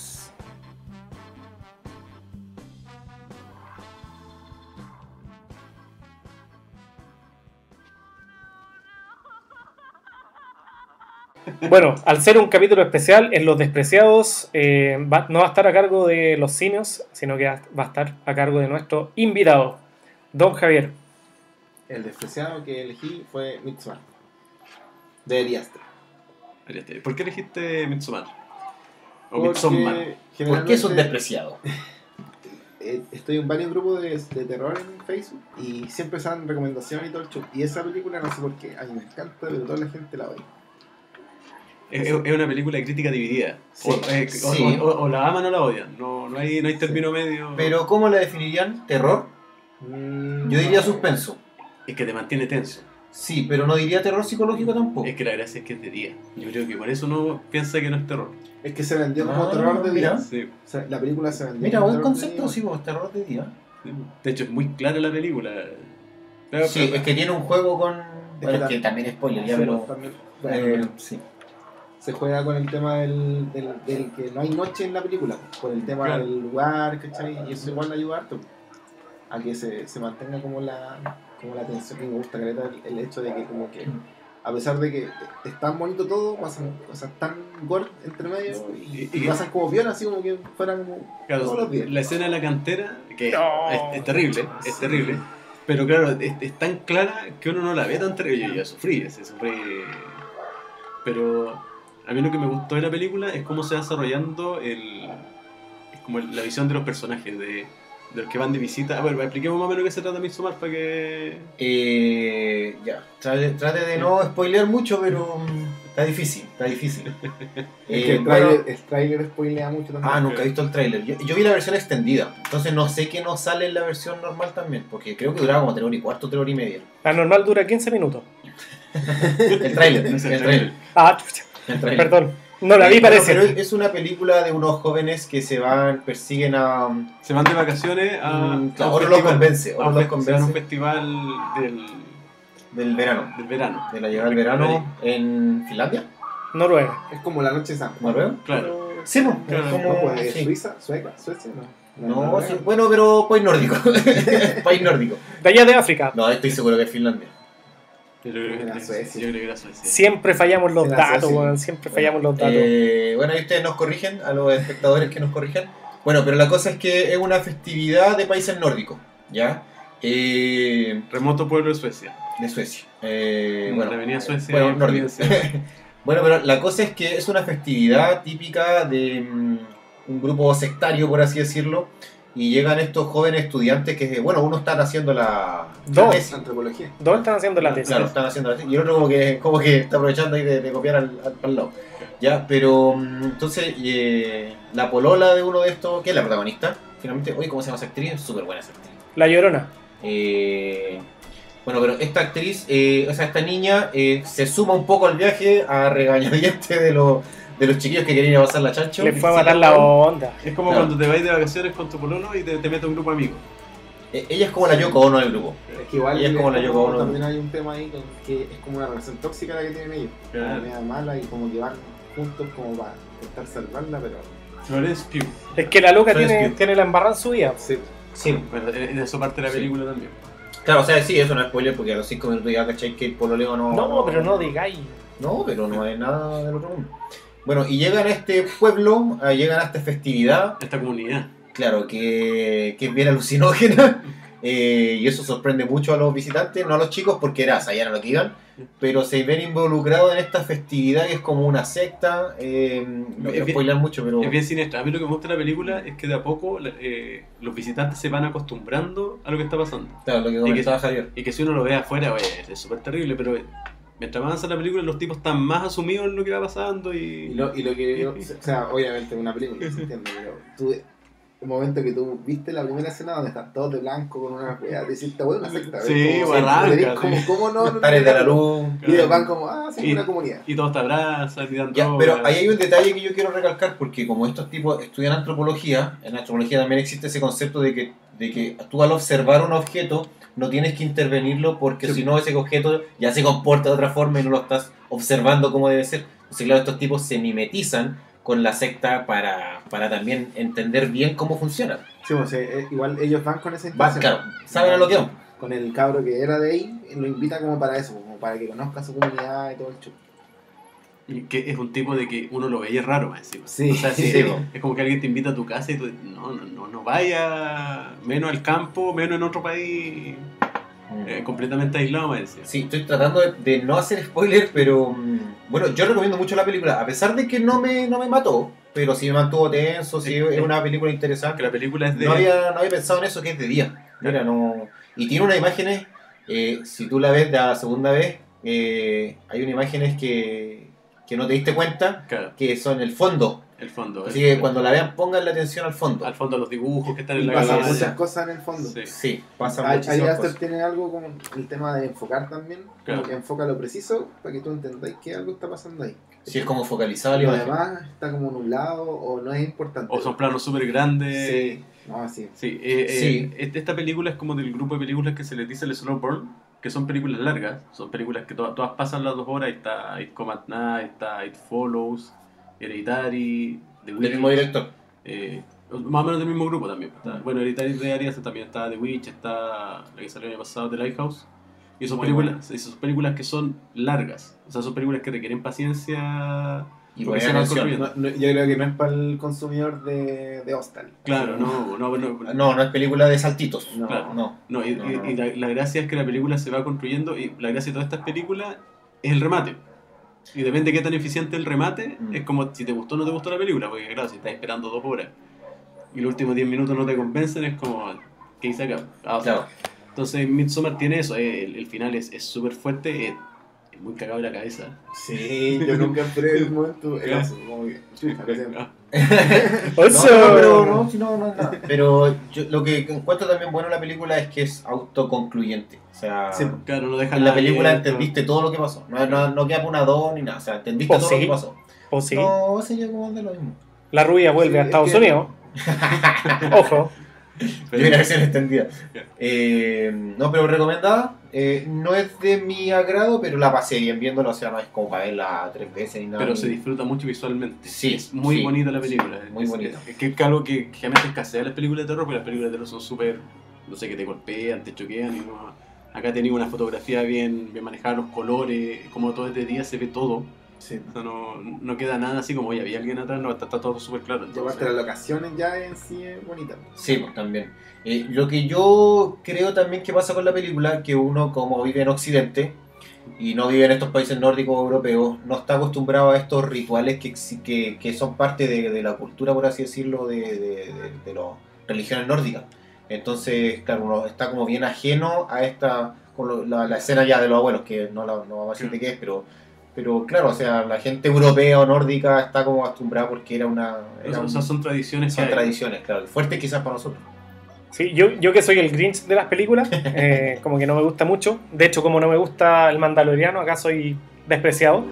S2: Bueno, al ser un capítulo especial en Los Despreciados, eh, va- no va a estar a cargo de los simios, sino que va a estar a cargo de nuestro invitado, don Javier.
S4: El despreciado que elegí fue Midsommar. De Eliastra.
S3: ¿Por qué elegiste Midsommar? O
S4: Porque
S3: Midsommar.
S1: ¿Por qué es un
S4: generalmente,
S1: despreciado?
S4: eh, Estoy en varios grupos de, de terror en Facebook y siempre salen recomendaciones y todo el show. Y esa película no sé por qué, a mí me encanta, pero toda la gente la odia.
S3: Es, es una película de crítica dividida.
S4: Sí,
S3: o, eh, o-
S1: sí.
S3: o- o la aman o la odian. No, no, hay, no hay término medio.
S1: Pero ¿cómo la definirían? ¿Terror?
S4: Mm,
S1: Yo diría
S4: no.
S1: suspenso.
S3: Es que te mantiene tenso.
S1: Sí, pero no diría terror psicológico tampoco.
S3: Es que la gracia es que es de día. Yo creo que por eso uno piensa que no es terror.
S4: Es que se vendió como
S1: Ah,
S4: terror de día.
S1: mira.
S3: Sí.
S4: O sea, la película se vendió
S1: Mira,
S4: como
S1: buen
S4: terror de
S1: concepto,
S4: día.
S1: sí, pues terror de día.
S3: Sí. De hecho, es muy clara la película. Pero-
S1: Sí,
S3: pero-
S1: es que tiene un juego con...
S4: que
S1: Bueno, es
S4: tam-
S1: que también es spoiler ya,
S4: Sí,
S1: pero...
S4: también- bueno,
S1: eh,
S4: pero
S1: sí.
S4: se juega con el tema del, del, del que no hay noche en la película, por el tema
S3: Claro.
S4: del lugar, ¿cachai? Y eso igual ayuda harto a que se, se mantenga como la, como la tensión. Y me gusta caleta el, el hecho de que como que a pesar de que es tan bonito todo, pasan cosas tan gore entre medio y,
S3: Y- y-
S4: y pasan como viola, así como que fueran como
S3: Claro,
S4: todos los días.
S3: la escena de la cantera, que
S2: No.
S3: es, es terrible, es terrible. Pero claro, es, es tan clara que uno no la ve tan terrible. Yo ya sufrí, sí, sufrí. Pero a mí lo que me gustó de la película es cómo se va desarrollando el, es como el- la visión de los personajes, de, de los que van de visita. A ver, expliquemos más o menos de qué se trata Midsommar para que...
S1: Eh, ya, trate, trate de no spoilear mucho, pero mm, está difícil, está difícil.
S4: Es
S1: Eh,
S4: que el
S1: bueno,
S4: trailer, el trailer spoilea mucho también.
S1: ah, nunca he visto el tráiler. Yo, yo vi la versión extendida, entonces no sé qué no sale en la versión normal también, porque creo que duraba como tres horas y cuarto, tres horas y media.
S2: La normal dura quince minutos.
S1: El tráiler, el
S3: Es el
S1: tráiler.
S2: Ah, chucha,
S1: el tráiler.
S2: perdón. No la vi,
S1: Eh, bueno,
S2: parece.
S1: pero es una película de unos jóvenes que se van, persiguen a...
S3: Se van de vacaciones a...
S1: Mm,
S3: a
S1: claro,
S3: un
S1: Oro los
S3: festival.
S1: convence,
S3: A
S1: Oro
S3: un
S1: los
S3: fe- se van a
S1: convence
S3: un festival del,
S1: del verano,
S3: del verano.
S1: de la llegada del verano en Finlandia,
S2: Noruega.
S4: Es como la noche de San Juan.
S1: Noruega.
S3: Claro.
S1: Sí, no,
S3: Claro,
S1: es como...
S4: No, pues,
S1: sí.
S4: Suiza, Sueca, Suecia, no.
S1: No, sí, bueno, pero país nórdico. País nórdico.
S2: De allá de África.
S1: No, estoy seguro que es Finlandia.
S3: Yo creo que
S4: Era
S3: era
S4: Suecia.
S3: Yo creo que era Suecia.
S2: Siempre fallamos los
S4: Será
S2: datos,
S4: Suecia.
S2: weón. Siempre fallamos los datos.
S1: Eh, bueno, ahí ustedes nos corrigen, a los espectadores que nos corrigen. Bueno, pero la cosa es que es una festividad de países nórdicos, ¿ya? Eh,
S3: Remoto pueblo de Suecia.
S1: de Suecia. Eh,
S3: Bueno,
S1: bueno,
S3: la avenida Suecia.
S1: bueno,
S3: en
S1: nórdico.
S3: Providencia.
S1: Bueno, pero la cosa es que es una festividad típica de mm, un grupo sectario, por así decirlo, y llegan estos jóvenes estudiantes que, bueno, uno está haciendo la, la
S2: Dos.
S1: tesis.
S4: Antropología.
S2: ¿Dónde están haciendo la tesis?
S1: Claro, están haciendo la tesis, y el otro como que, como que está aprovechando ahí de, de copiar al, al, al lado. Ya, pero mm, entonces eh, la polola de uno de estos, que es la protagonista, finalmente, oye, ¿cómo se llama esa actriz? Súper buena esa actriz.
S2: La Llorona.
S1: Eh, bueno, pero esta actriz, eh, o sea, esta niña eh, se suma un poco al viaje a regañadientes de los, de los chiquillos que querían ir a pasar la chancho.
S2: Le fue a
S1: Sí,
S2: matar la
S1: bueno.
S2: onda.
S3: Es como
S1: Claro.
S3: cuando te vas de vacaciones con tu pololo y te, te metes a un grupo de amigos.
S1: Eh, Ella es como la Yoko Ono del grupo.
S4: Es que igual
S1: Y es como la Yoko Ono.
S4: también hay un tema ahí con que es como una relación tóxica la que tienen ellos.
S3: Claro.
S4: Como media mala y como que van juntos como para intentar salvarla, pero
S3: Florence Pugh.
S2: Es que la loca
S1: Florence
S2: tiene,
S1: Pugh.
S2: tiene la embarrada en su vida.
S4: sí.
S1: Sí.
S3: Bueno, en en eso parte de la
S1: Sí.
S3: película también.
S1: Claro, o sea, sí, eso no es spoiler porque a los cinco minutos ya cachai que el pololeo no...
S2: No, pero no digáis.
S1: No, pero no es nada del otro mundo. Bueno, y llegan a este pueblo, eh, llegan a esta festividad,
S3: Esta comunidad.
S1: claro, que, que es bien alucinógena, eh, y eso sorprende mucho a los visitantes, no a los chicos porque era, sabían a lo que iban, pero se ven involucrados en esta festividad que es como una secta, eh, no
S3: Es
S1: quiero
S3: bien-
S1: spoiler mucho, pero...
S3: Es bien siniestra. A mí lo que me gusta de la película es que de a poco eh, los visitantes se van acostumbrando a lo que está pasando.
S1: Claro, lo que comentaba Javier.
S3: Y que si uno lo ve afuera, oye, es súper terrible, pero mientras avanza la película los tipos están más asumidos en lo que va pasando y...
S4: Y lo, y lo que yo, o sea, obviamente es una película, se entiende, pero tú, el momento que tú viste la primera escena donde están todos de blanco con una weá, te hiciste, weón, una secta.
S3: Sí,
S4: ¿ves? Como-
S3: barranca,
S4: pero eres
S3: sí.
S4: como, ¿cómo no? no
S1: Tales de la luz...
S4: Y después van como, ah, sí,
S3: Y-
S4: una comunidad.
S3: Y todos te abrazan y dan
S1: Ya,
S3: drogas.
S1: pero ahí hay un detalle que yo quiero recalcar porque como estos tipos estudian antropología, en antropología también existe ese concepto de que, de que tú al observar un objeto no tienes que intervenirlo porque
S3: Sí.
S1: si no ese objeto ya se comporta de otra forma y no lo estás observando como debe ser. Entonces claro, estos tipos se mimetizan con la secta para, para también entender bien cómo funciona.
S4: Sí, o sea, eh, igual ellos van con esa
S1: Va,
S4: intención.
S1: claro, saben a lo que van.
S4: Con el cabro que era de ahí, lo invita como para eso, como para que conozca su comunidad y todo el chup.
S3: Y que es un tipo de que uno lo veía raro más encima.
S4: Sí.
S3: O sea, sí,
S1: Sí, po.
S3: es como que alguien te invita a tu casa y tú, no, no, no, no vaya, menos al campo, menos en otro país, eh, completamente aislado más encima.
S1: Sí, estoy tratando de, de no hacer spoiler, pero mm, bueno, yo recomiendo mucho la película, a pesar de que no me, no me mató, pero sí me mantuvo tenso, sí,
S3: Sí.
S1: es una película
S3: Que
S1: interesante.
S3: la película es de...
S1: No había, no había pensado en eso, que es de día. Mira, no... Y tiene unas imágenes, eh, si tú la ves de la segunda vez, eh, hay unas imágenes que, que no te diste cuenta,
S3: Claro,
S1: que son el fondo.
S3: el fondo.
S1: Así
S3: el-
S1: que cuando la vean, pongan la atención al fondo.
S3: Al fondo los dibujos que están
S4: Y
S3: en la
S4: pasan
S3: galaxia.
S4: muchas cosas en el fondo.
S3: Sí.
S1: Sí, pasan
S4: Ari
S1: muchísimas
S4: Aster
S1: cosas.
S4: tiene algo como el tema de enfocar también,
S3: Claro.
S4: como que enfoca lo preciso para que tú entendáis que algo está pasando ahí.
S1: Sí, es como focalizada la
S4: Lo
S1: imagen.
S4: demás está como nublado o no es importante.
S3: O son planos súper grandes.
S4: Sí, no, así.
S3: Sí, eh, eh,
S1: Sí.
S3: este- esta película es como del grupo de películas que se les dice el slow burn, que son películas largas, son películas que to- todas pasan las dos horas. Ahí está It Come at Night, está It Follows, Hereditary, The
S1: Del
S3: Witch,
S1: mismo director.
S3: eh, más o menos del mismo grupo también. Está- bueno, Hereditary de Arias también está The Witch, está la que salió el año pasado, The Lighthouse. Y son
S1: Muy
S3: películas, y son películas que son largas, o sea, son películas que requieren paciencia.
S1: Y
S3: porque
S1: poner
S3: se van
S1: atención.
S3: construyendo.
S4: No, no, yo creo que no es para el consumidor de, de Hostal.
S3: Claro, no, no, no,
S1: No, no es película de saltitos.
S4: No.
S3: Claro.
S1: No.
S3: No, y,
S1: No,
S3: y-
S1: no.
S3: y la, la gracia es que la película se va construyendo y la gracia de todas estas películas es el remate. Y depende de qué tan eficiente el remate,
S1: Mm.
S3: es como si te gustó o no te gustó la película, porque claro, si estás esperando dos horas y los últimos diez minutos no te convencen, es como, ¿qué hice acá? Ah, o sea,
S1: Claro.
S3: entonces Midsommar tiene eso, eh, el, el final es súper fuerte, eh, es muy cagado de la cabeza.
S4: Sí, yo nunca esperé el momento. El oso, como que, chuta, lo siento.
S3: Ah,
S2: O
S1: No,
S2: sea,
S1: no, pero no, si no, no es nada. Pero yo, lo que encuentro también bueno en la película es que es autoconcluyente. O sea,
S4: Sí,
S3: claro, no deja
S1: en la
S3: nada
S1: película
S3: abierto.
S1: entendiste todo lo que pasó. No, no, no queda por una dos ni nada. O sea, entendiste
S2: O
S1: todo
S2: sí.
S1: lo que pasó.
S2: o sí,
S1: No, sería como de lo mismo.
S2: la rubia vuelve
S4: Sí,
S2: a
S4: es
S2: Estados
S4: que-
S2: Unidos. Ojo.
S1: Yo vi la versión extendida. Eh, no, pero recomendada. Eh, no es de mi agrado, pero la pasé bien viéndolo. O sea, no es como para verla tres veces ni nada.
S3: Pero se disfruta mucho visualmente.
S1: Sí,
S3: es muy
S1: sí,
S3: bonita la película.
S1: muy
S3: es,
S1: bonita.
S3: Es, es que es algo que generalmente escasea en las películas de terror, porque las películas de terror son súper, no sé, que te golpean, te choquean. Y no, acá tenía una fotografía bien, bien manejada, los colores, como todo es de día se ve todo.
S4: Sí.
S3: O sea, no, no queda nada así como, oye, había alguien atrás, no, está, está todo súper claro.
S4: Y
S3: Entonces,
S4: aparte las locaciones ya en sí es bonita.
S1: Sí, pues también. Eh, lo que yo creo también que pasa con la película, que uno como vive en Occidente y no vive en estos países nórdicos o europeos, no está acostumbrado a estos rituales que, exi- que, que son parte de, de la cultura, por así decirlo, de, de, de, de las religiones nórdicas. Entonces, claro, uno está como bien ajeno a esta, con lo- la, la escena ya de los abuelos, que no, la, no vamos a decir de qué es, pero... Pero claro, o sea, la gente europea o nórdica está como acostumbrada porque era una... Era
S3: o
S1: un-
S3: sea, son tradiciones
S1: son
S3: que hay.
S1: tradiciones, claro. Fuerte quizás para nosotros.
S2: Sí, yo, yo que soy el Grinch de las películas, eh, como que no me gusta mucho. De hecho, como no me gusta el Mandaloriano, acá soy despreciado.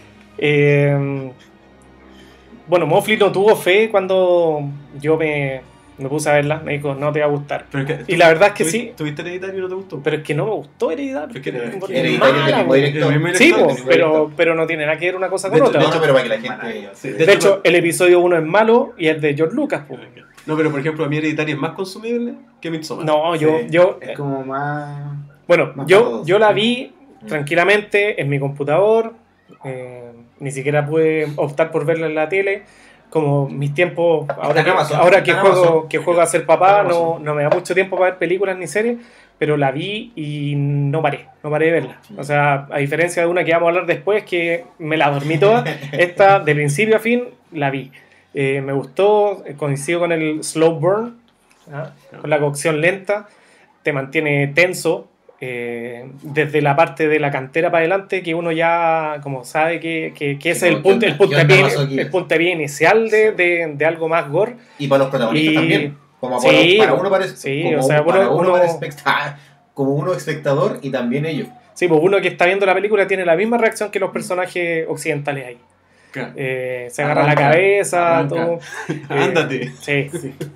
S2: Eh, bueno, Mofli no tuvo fe cuando yo me, me puse a verla. Me dijo, no te va a gustar.
S3: Pero es que,
S2: Y la verdad es que
S3: ¿tuviste-
S2: sí,
S3: ¿Tuviste Hereditario y no te gustó?
S2: pero es que no me gustó Hereditario.
S3: Es que era-
S2: Porque
S3: que
S2: es
S1: Hereditario
S2: mala,
S1: del mismo
S2: güey.
S1: director.
S3: El mismo
S2: Sí,
S3: director,
S2: po,
S3: el mismo
S2: pero,
S3: director.
S2: pero no tiene nada que ver una cosa
S3: De
S2: con
S3: hecho-
S2: otra.
S1: De
S2: po.
S1: hecho, pero para que la gente...
S3: Sí,
S2: De hecho, el episodio uno es malo y es de George Lucas. Po.
S3: no, pero por ejemplo, a mí Hereditario es más consumible que Midsommar.
S2: No, yo,
S4: Sí,
S2: yo,
S4: Es como más...
S2: bueno,
S4: más
S2: yo,
S4: para
S2: yo la
S4: todos.
S2: vi tranquilamente en mi computador, eh, ni siquiera pude optar por verla en la tele. Como mis tiempos, ahora
S1: en
S2: que,
S1: Amazon,
S2: ahora
S1: está
S2: que
S1: en
S2: juego,
S1: Amazon.
S2: que juego a ser
S1: Está
S2: papá,
S1: en
S2: no,
S1: Amazon.
S2: no me da mucho tiempo para ver películas ni series, pero la vi y no paré, no paré de verla. O sea, a diferencia de una que vamos a hablar después, que me la dormí toda, esta de principio a fin la vi. Eh, me gustó, eh, coincido con el slow burn, ¿ah? Con la cocción lenta, te mantiene tenso. Eh, desde la parte de la cantera para adelante, que uno ya como sabe que, que, que
S1: Sí,
S2: es el,
S1: como,
S2: punto,
S1: ¿qué
S2: el,
S1: onda- qué onda
S2: puntapié,
S1: pasó aquí?
S2: el puntapié inicial de, de, de algo más gore.
S1: Y para los protagonistas
S2: Y-
S1: también. Como
S2: Sí,
S1: para, para
S2: po.
S1: uno parece...
S2: Sí,
S1: como
S2: o sea,
S1: para
S2: uno-
S1: uno,
S2: uno-
S1: para especta- como uno espectador y también ellos.
S2: Sí, pues uno que está viendo la película tiene la misma reacción que los personajes occidentales ahí.
S3: Claro.
S2: Eh, se agarra la
S3: Arranca,
S2: cabeza,
S3: arranca.
S2: todo. Eh,
S3: Ándate.
S2: Sí,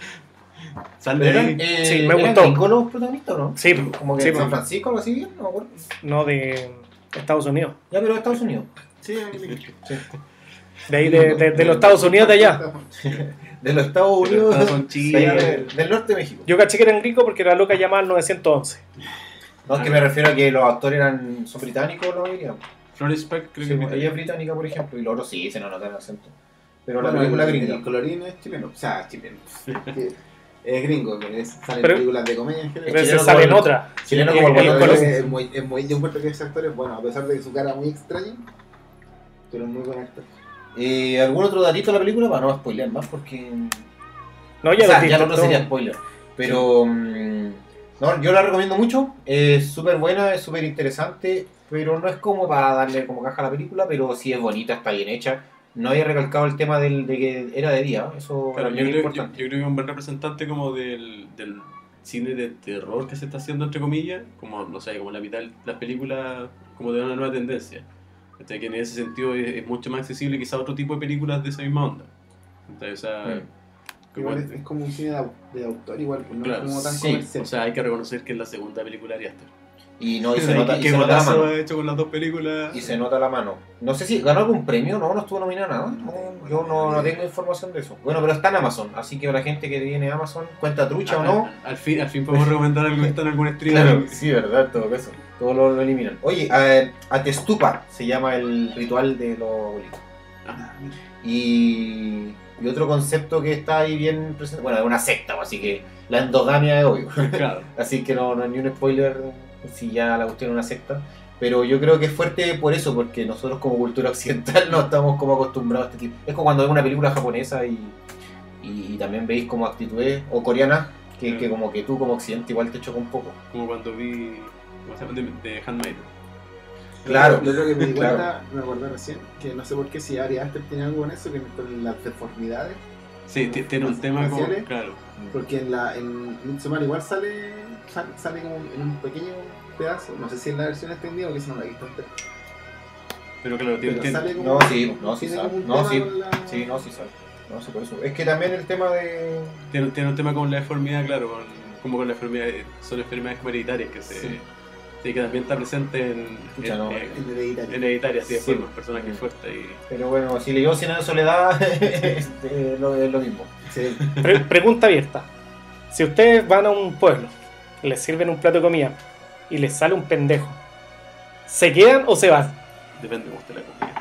S3: Sal de
S1: Pero
S3: ahí.
S1: eran, eh,
S2: Sí, me
S1: ¿eran
S2: gustó.
S1: gringos los protagonistas o no?
S2: sí,
S1: Como que
S2: sí,
S1: en San
S2: pues,
S1: Francisco o algo así bien, no me acuerdo.
S2: no de Estados Unidos.
S1: Ya, pero de Estados Unidos.
S4: Sí,
S2: De ahí, de, de- de los Estados Unidos de allá.
S1: De los Estados Unidos.
S3: Estados Unidos, Chile.
S1: allá del, del norte de México.
S2: Yo caché que eran gringos porque la loca llamaba al nueve once.
S1: No, es que me refiero a que los actores eran, son británicos, la mayoría.
S3: Florence Pugh, creo
S1: Sí,
S3: que
S1: ella es británica, por ejemplo, y los otros sí, se nos nota el acento. Pero la
S4: Bueno,
S1: película
S4: el,
S1: gringa.
S4: el colorín es chileno, o sea, chileno. Que es gringo, que es, salen
S2: Pero-
S4: películas de comedia en
S2: Pero
S4: general.
S2: se
S1: chileno
S2: sale en
S1: como el-
S2: otra.
S1: chileno
S2: Sí,
S1: como el
S2: el-
S1: bueno
S2: el-
S1: de
S4: Es,
S1: los-
S4: es muy, es muy, yo encuentro que ese actor es bueno, a pesar de su cara muy extraña, pero es muy buen actor.
S1: Eh, ¿Algún otro datito de la película? Para no spoilear más, porque.
S2: No,
S1: O
S2: ya
S1: sea,
S2: lo
S1: ya
S2: dije
S1: no
S2: todo.
S1: sería spoiler. Pero. mm, no, yo la recomiendo mucho. Es súper buena, es súper interesante. Pero no es como para darle como caja a la película. Pero sí es bonita, está bien hecha. No había recalcado el tema del, de que era de día. Eso
S3: Claro,
S1: es
S3: yo,
S1: muy
S3: creo, yo,
S1: importante.
S3: yo creo que es un buen representante como del, del cine de terror que se está haciendo, entre comillas, como, no sé, como la mitad de las películas como de una nueva tendencia. Entonces, que en ese sentido es, es mucho más accesible quizá a otro tipo de películas de esa misma onda. Entonces, o sea,
S1: Mm.
S3: que
S4: Igual
S3: bueno,
S4: es, es como un cine de, au- de autor, igual, pues, no
S3: Claro,
S4: es como tan
S1: sí,
S4: comercial.
S3: o sea, hay que reconocer que es la segunda película de Ari Aster.
S1: Y no, y se nota, y
S3: ¿Qué
S1: se nota la
S3: golazo
S1: mano.
S3: ha hecho con las dos películas?
S1: Y se nota la mano. No sé si ganó algún premio, no, no estuvo nominada nada. No, yo no, no tengo información de eso. Bueno, pero está en Amazon, así que para la gente que viene a Amazon, cuenta trucha o no.
S3: Al, al fin, al fin podemos recomendar algo que está en algún stream.
S1: Claro, sí, verdad, en todo caso. Todo lo, lo eliminan. Oye, a, Atestupa se llama el ritual de los abuelitos.
S3: Ah,
S1: Y, y otro concepto que está ahí bien presente, bueno, es una secta, así que la endogamia es obvio.
S3: claro.
S1: Así que no, no es ni un spoiler si ya la cuestión es una secta. Pero yo creo que es fuerte por eso, porque nosotros como cultura occidental no estamos como acostumbrados a este tipo. Es como cuando ves una película japonesa y, y, y también veis como actitudes, o coreanas, que,
S3: Mm.
S1: que como que tú como occidente igual te choca un poco.
S3: Como cuando vi. ¿Cómo se llama? De, de Handmaid.
S1: Claro,
S4: Lo otro que me di
S1: claro.
S4: cuenta, me acordé recién, que no sé por qué si Ari Aster tiene algo con eso, que con las deformidades.
S3: Sí, t- tiene un tema como.
S4: ¿Faciales?
S3: Claro.
S4: Porque en la en Midsommar igual sale, sale, sale como en un pequeño pedazo, no sé si en la versión extendida o que eso no la he visto entera.
S3: Pero claro, tiene.
S4: Pero
S3: tiene-
S4: sale como,
S1: No, sí, no, sí
S4: tiene
S1: sabe.
S4: como un
S1: No,
S4: tema
S1: sí,
S4: con la-
S1: sí, no, sí sabe. no sé por eso. Es que también el tema de...
S3: Tiene, tiene un tema con la deformidad, claro, con, como con la enfermedad, son enfermedades como hereditarias que se...
S1: Sí.
S3: Sí, que también está presente en,
S1: Pucha,
S3: en,
S1: no,
S3: en-
S4: El hereditario.
S3: en hereditarias, sí, de
S1: Sí.
S3: forma, personajes fuertes y...
S1: Pero bueno, si leyó Cien años de soledad, este, lo, es lo mismo.
S4: Sí.
S2: Pre- pregunta abierta. Si ustedes van a un pueblo, les sirven un plato de comida y les sale un pendejo, ¿se quedan o se van?
S3: Depende de cómo esté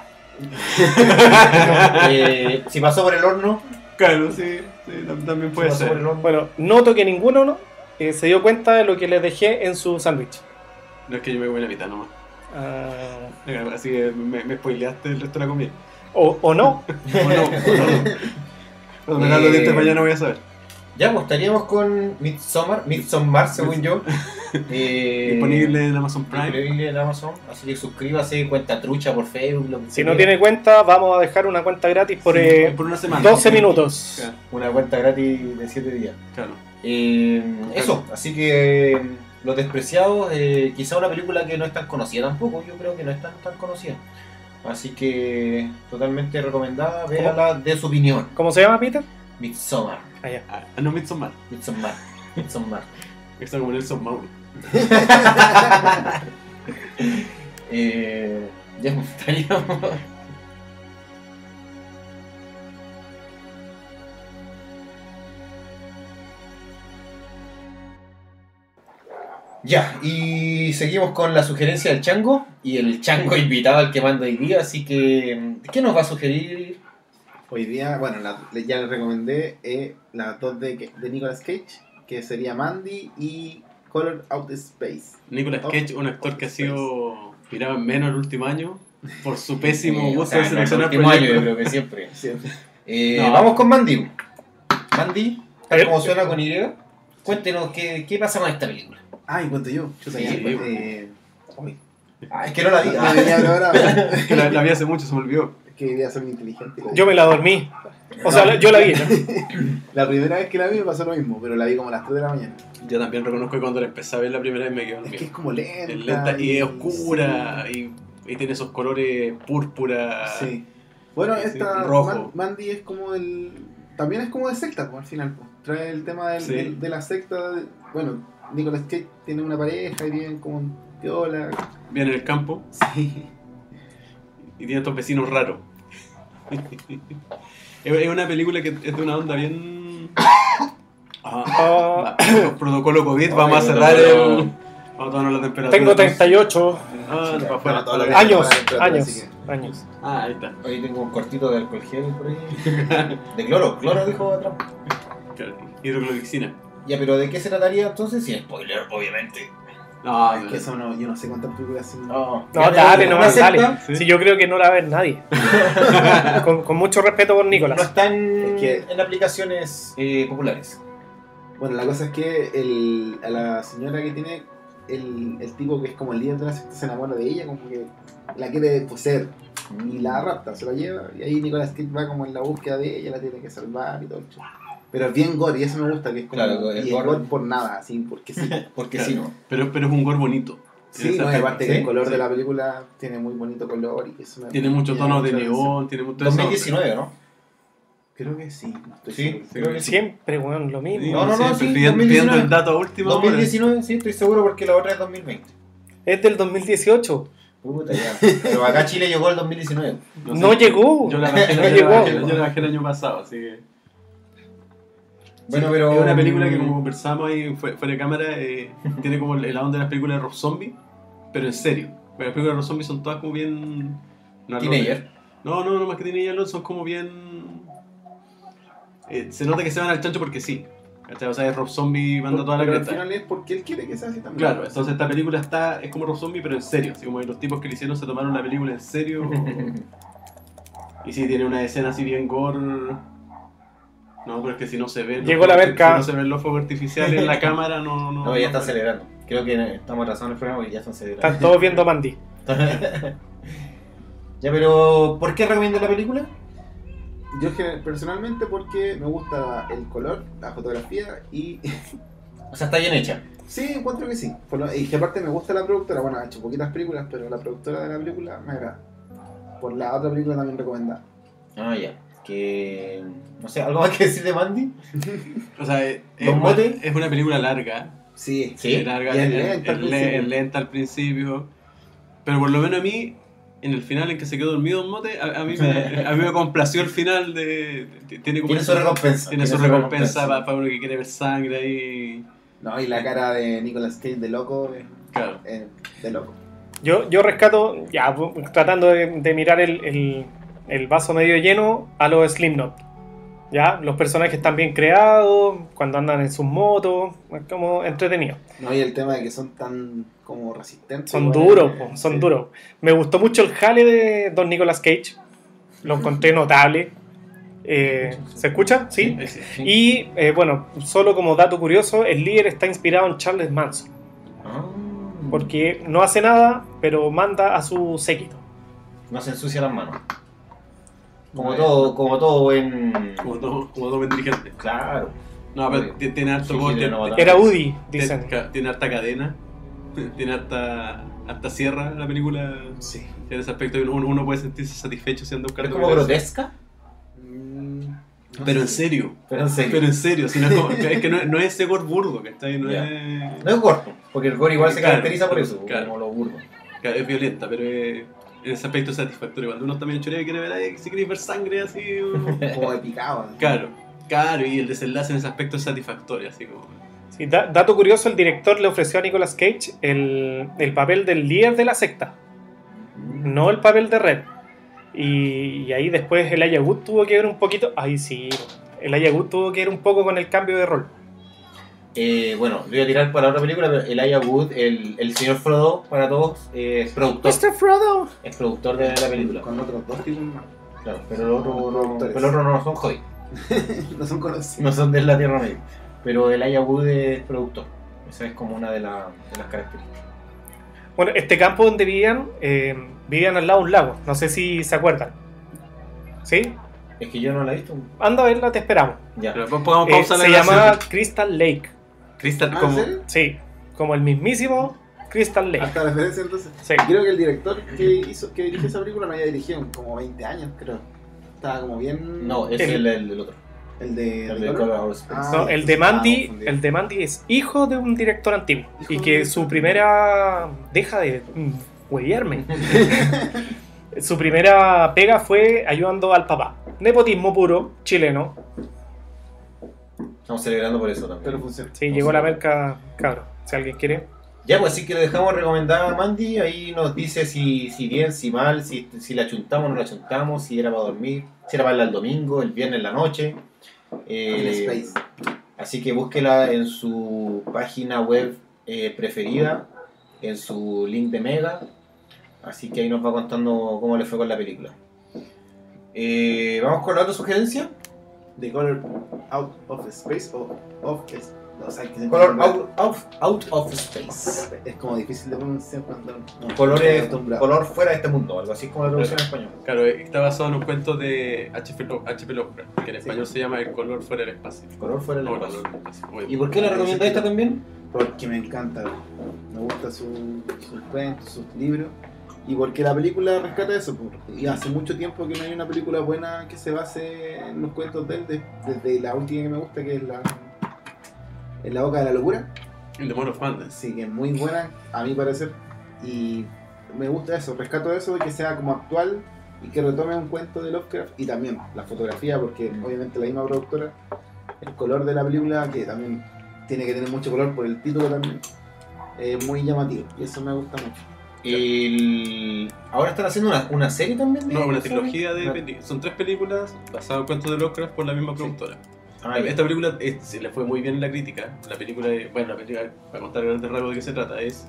S3: la comida.
S1: Eh, si pasó por el horno,
S3: Claro, sí, sí, tam- también puede
S1: si pasó
S3: ser.
S1: por el horno.
S2: Bueno, noto que ninguno ¿no? eh, se dio cuenta de lo que les dejé en su sándwich.
S3: No es que yo me comí la mitad nomás.
S2: Ah,
S3: Así que me, me spoileaste el resto de la comida.
S2: o, o no.
S3: O no, o no. Cuando me hagan los dientes mañana voy a saber.
S1: Ya, pues estaríamos con Midsommar, Midsommar según yo. Eh,
S3: Disponible en Amazon Prime.
S1: Disponible en Amazon. Así que suscríbase, cuenta trucha por Facebook. Lo que
S2: Si
S1: se
S2: no
S1: quiera.
S2: tiene cuenta, vamos a dejar una cuenta gratis por
S3: Sí,
S2: eh,
S3: por una semana.
S2: doce minutos.
S3: Claro,
S1: Una cuenta gratis de siete días.
S3: claro.
S1: Eh, eso, así que eh, Los Despreciados, eh, quizá una película que no es tan conocida tampoco, yo creo que no es tan, tan conocida. Así que totalmente recomendada, véala de su opinión.
S2: ¿Cómo se llama, Peter?
S1: Midsommar,
S2: Allá.
S3: Ah, no Midsommar.
S1: Midsommar, Midsommar.
S3: Está como Nelson Mauri.
S1: eh, ya me estaríamos. Ya, y seguimos con la sugerencia del chango y el chango invitado al que manda hoy día, así que ¿qué nos va a sugerir?
S4: Hoy día, bueno, la- ya les recomendé eh, las dos de, de Nicolas Cage, que sería Mandy y Color Out Space.
S3: Nicolas
S4: Oh,
S3: Cage, un actor que ha
S4: oh,
S3: sido mirado en menos el último año por su pésimo
S1: Eh, o
S3: gusto
S1: sea,
S3: de
S1: no, el
S3: seleccionar
S1: último año yo
S3: proyectos.
S1: creo que siempre.
S4: Siempre.
S1: Eh,
S3: No.
S1: Vamos con Mandy. Mandy, tal
S2: Eh,
S1: como suena con Y, cuéntenos qué, qué pasa con esta película.
S4: Ah, y cuento yo. Chuta,
S1: Sí,
S4: ya,
S1: sí.
S4: eh, uy.
S1: Ah, es que no la vi.
S4: Ah, venía ahora, es
S3: Que la, la vi hace mucho, se me olvidó.
S4: que quería ser muy inteligente.
S2: Yo me la dormí. O sea, la- yo la vi. ¿no?
S4: La primera vez que la vi me pasó lo mismo, pero la vi como a las tres de la mañana.
S3: Yo también reconozco que cuando la empecé a ver la primera vez me quedó
S4: Es que
S3: dormido.
S4: es como lenta.
S3: Es lenta y es oscura y, y tiene esos colores púrpura.
S4: Sí. Sí. Bueno,
S3: Sí, sí,
S4: esta
S3: rojo.
S4: Man- Mandy es como el... También es como de secta, pues, al final. Pues. Trae el tema del-
S3: Sí.
S4: del- de la secta. de- Bueno, Nicolas Cage tiene una pareja y viven como en piola.
S3: Viene en el campo
S4: Sí.
S3: y tiene estos vecinos raros. Es es una película que es de una onda bien... Ah,
S2: Ah,
S3: protocolo COVID,
S1: Oh,
S3: vamos a
S1: yo
S3: cerrar
S1: tampoco.
S3: el... Vamos a tomarnos la temperatura.
S2: tengo treinta y ocho
S3: Ah, no, para
S4: No,
S3: afuera.
S4: todo lo que-
S2: años.
S4: Temperatura,
S2: Años.
S4: así
S2: Años.
S3: Ah, ahí está.
S1: Hoy tengo un cortito de alcohol gel por ahí. De cloro, cloro dijo atrás.
S3: Claro, hidroclorixina.
S1: Ya, pero ¿de qué se trataría entonces? Sin spoiler, obviamente.
S3: No,
S4: Es que eso no, yo no sé cuántas películas son.
S1: No,
S2: No, dale, no
S1: una
S2: más, dale.
S1: secta,
S3: Sí.
S2: Si yo creo que no la va a ver nadie. con, con mucho respeto por
S1: No
S2: Nicolás.
S1: están
S4: Es que-
S1: en aplicaciones eh, populares.
S4: Bueno, la cosa es que el, a la señora que tiene el, el tipo que es como el líder de la secta se enamora de ella, como que la quiere poseer y la rapta, se la lleva y ahí Nicolas Cage va como en la búsqueda de ella, la tiene que salvar y todo el show. Pero es bien gore y eso me gusta, que es como
S1: Claro, el
S4: y es
S1: gore-
S4: gore por nada, así, porque sí.
S1: Porque
S3: Claro.
S1: si no.
S3: Pero, pero es un gore bonito.
S4: Sí,
S3: Ese
S4: no, y
S3: aspecto.
S4: aparte que
S1: ¿Sí?
S4: el color
S3: Sí.
S4: de la película tiene muy bonito color y eso me
S3: Tiene muchos
S4: me llama
S3: tonos de
S4: mucho la
S3: neón, tiene mucho...
S1: dos mil diecinueve, ¿no?
S4: Creo que sí, no estoy
S1: Sí,
S4: seguro.
S1: creo que sí.
S2: Siempre, weón, lo mismo.
S1: No, no, no,
S3: Siempre
S1: sí,
S3: pidiendo,
S1: dos mil diecinueve.
S3: pidiendo el dato a última
S1: dos mil
S3: hora.
S1: diecinueve, sí, estoy seguro porque la otra es dos mil veinte.
S2: Es del dos mil dieciocho.
S1: Puta ya. Pero acá Chile llegó el dos mil diecinueve.
S2: No
S3: sé.
S2: llegó.
S3: Yo la bajé,
S2: No
S3: yo la
S2: llegó.
S3: bajé- yo la bajé el año pasado, así que...
S1: Bueno,
S3: Sí,
S1: pero.
S3: Es una película que, como conversamos ahí fue- fuera de cámara, eh, tiene como el- la onda de las películas de Rob Zombie, pero en serio. Porque las películas de Rob Zombie son todas como bien... No,
S1: Teenager.
S3: No, no, no más que teenager, no, son como bien... eh, se nota que se van al chancho porque sí. ¿Cachai? O sea, es Rob Zombie manda toda la
S4: Pero al
S3: cresta.
S4: final es porque él quiere que sea así también.
S3: Claro, entonces esta película está es como Rob Zombie, pero en serio. Así como que los tipos que le hicieron se tomaron la película en serio. Y sí, tiene una escena así bien gore. No, pero es que si no se ve... los
S2: Llegó la
S3: fuegos-
S2: verca.
S3: Si no se ven los fuegos artificiales en la cámara, no... No,
S1: No, ya está
S3: no-
S1: celebrando. Creo que estamos atrasados en el programa porque ya están celebrando.
S2: Están todos viendo Mandy.
S1: Ya, pero ¿por qué recomiendas la película?
S4: Yo que- personalmente porque me gusta el color, la fotografía y
S1: O sea, está bien hecha.
S4: sí, encuentro que sí. Por lo- y que aparte me gusta la productora, bueno, ha hecho poquitas películas, pero la productora de la película me agrada. Por la otra película también recomendada,
S1: Ah, ya. Que... No sé, ¿algo más que decir de Mandy?
S3: O sea, es,
S1: ¿Los
S3: es,
S1: motes?
S3: una, es una película larga.
S4: Sí,
S1: Sí.
S3: Es larga,
S4: Y es
S3: es,
S4: lenta al
S3: es le-
S4: principio.
S3: es lenta al principio. Pero por lo menos a mí, en el final en que se quedó dormido en mote, a, a mí, me, a mí me complació el final de... de- tiene, como
S1: Tiene su recompensa.
S3: Tiene su recompensa para, para uno que quiere ver sangre ahí.
S4: No, y la cara de Nicolas Cage de loco, eh,
S3: Claro.
S4: eh, de loco.
S2: Yo, yo rescato, ya, tratando de, de mirar el, el, el vaso medio lleno a los Slipknot. Ya, los personajes están bien creados, cuando andan en sus motos, es como entretenido.
S4: No, y el tema de que son tan como resistentes.
S2: Son
S4: igual,
S2: duros,
S4: eh,
S2: po, son
S4: sí.
S2: duros. Me gustó mucho el jale de Don Nicolas Cage, lo encontré notable. Eh, ¿Se escucha? ¿Sí?
S3: Sí, sí.
S2: Y eh, bueno, solo como dato curioso, el líder está inspirado en Charles Manson,
S1: Ah,
S2: porque no hace nada, pero manda a su séquito.
S1: no se ensucia las manos. Como
S4: Bueno.
S1: todo, como todo buen...
S3: Como todo, como todo buen dirigente.
S1: Claro.
S3: No, pero
S1: Obvio.
S3: t- tiene harto
S1: Sí,
S3: gol,
S1: sí,
S3: tiene,
S1: no, no,
S2: Era Woody,
S3: tiene-
S2: dicen.
S3: ca- tiene harta cadena, tiene harta, harta sierra la película.
S4: Sí.
S3: En ese aspecto uno, uno puede sentirse satisfecho siendo un
S1: Pero es como grotesca,
S4: Mm, no
S3: Pero
S4: sé.
S3: en serio.
S1: pero en serio.
S3: Pero en serio, si no es, como- es que no, no es ese gore burdo, ¿cachai? No
S1: Ya.
S3: es,
S1: No es gore, porque el gore igual se
S3: Claro,
S1: caracteriza por eso,
S3: claro.
S1: como lo burdo.
S3: claro, es violenta, pero es, en ese aspecto es satisfactorio. Cuando uno también chorea y quiere ver, ay, si queréis ver sangre así, uno-
S4: Como de picado. así.
S3: claro, claro, y el desenlace en ese aspecto es satisfactorio, así como.
S2: Sí, da- dato curioso, el director le ofreció a Nicolas Cage el, el papel del líder de la secta, no el papel de Red. Y, y ahí después el Elijah Wood tuvo que ver un poquito. Ahí sí, el Elijah Wood tuvo que ver un poco con el cambio de rol.
S1: Eh, bueno, voy a tirar para otra película, pero Elijah Wood, el, el señor Frodo para todos, eh, es productor.
S2: mister Frodo.
S1: Es productor de la película.
S4: Con otros dos tipos más.
S1: Claro, pero el otro, no,
S4: Productores.
S1: pero el otro no son hobbits,
S4: No son conocidos.
S1: no son de la Tierra Media. Pero Elijah Wood es productor. Esa es como una de, la- de las características.
S2: Bueno, este campo donde vivían, eh, vivían al lado de un lago. No sé si se acuerdan. ¿Sí?
S1: Es que yo no la he visto.
S2: Anda a verla, te esperamos.
S1: Ya.
S3: Pero después pongamos
S2: Eh,
S3: pausa
S2: se
S3: la
S2: llama
S3: grabación.
S2: Crystal Lake.
S3: Crystal,
S4: Ah, ¿en
S3: como.
S4: serio?
S2: Sí, como el mismísimo Crystal Lake.
S4: Hasta referencia entonces.
S2: Sí.
S4: Creo que el director que hizo, que dirigió esa película no había dirigido en como veinte años, creo. Estaba como bien.
S1: No, es
S2: El-
S1: el, el del otro.
S4: El de.
S1: El
S4: de
S1: de
S4: Color.
S1: Color Out of Space.
S4: Ah,
S2: No, el de
S4: estaba
S2: Mandy,
S4: confundido.
S2: el de Mandy es hijo de un director antiguo
S4: Hijo
S2: y
S4: de
S2: que
S4: un
S2: su
S4: director
S2: primera deja de mm, huevearme. Su primera pega fue ayudando al papá. Nepotismo puro, chileno.
S1: Estamos celebrando por eso también.
S4: Pero funciona.
S2: Sí,
S1: No
S2: llegó
S1: sé.
S2: la merca, cabrón. Si alguien quiere.
S1: Ya, pues así que le dejamos recomendada a Mandy. Ahí nos dice si, si bien, si mal, si, si la chuntamos o no la chuntamos, si era para dormir, si era para el domingo, el viernes en la noche.
S4: En
S1: Eh,
S4: Space.
S1: así que búsquela en su página web eh, preferida, en su link de Mega. Así que ahí nos va contando cómo le fue con la película. Eh, Vamos con la otra sugerencia.
S4: The Color Out of Space o Of es- no sé, que se
S1: Color
S4: llama-
S1: out, out, out of Space.
S4: Es como difícil de pronunciar cuando. No, no
S1: Colores,
S4: estoy acostumbrado.
S1: color fuera de este mundo, algo así como la traducción en español.
S3: Claro, está basado en un cuento de H P Lovecraft, que en español se llama El color fuera del espacio.
S1: Color fuera del
S3: No,
S1: espacio.
S3: color del espacio. Muy
S1: ¿Y por qué la recomienda esta también?
S4: Porque me encanta, me gusta su- sus cuentos, sus libros, y porque la película rescata eso. pues. Y hace mucho tiempo que no hay una película buena que se base en los cuentos de él, de- desde la última que me gusta, que es la En la boca de la locura.
S3: El Demon of Madness.
S4: Sí, que es muy buena, a mi parecer, y me gusta eso, rescato eso, de que sea como actual y que retome un cuento de Lovecraft, y también la fotografía, porque obviamente la misma productora, el color de la película, que también tiene que tener mucho color por el título también, es muy llamativo, y eso me gusta mucho.
S1: El... Ahora están haciendo una, una serie también de
S3: No, una
S1: ¿sabes?
S3: trilogía de
S1: Una-
S3: películas. Son tres películas basadas en cuentos de Lovecraft por la misma productora.
S1: Ah, ya.
S3: Esta película eh, se le fue muy bien en la crítica. La película, eh, bueno, la película, para contar a grandes rasgos de qué se trata, es,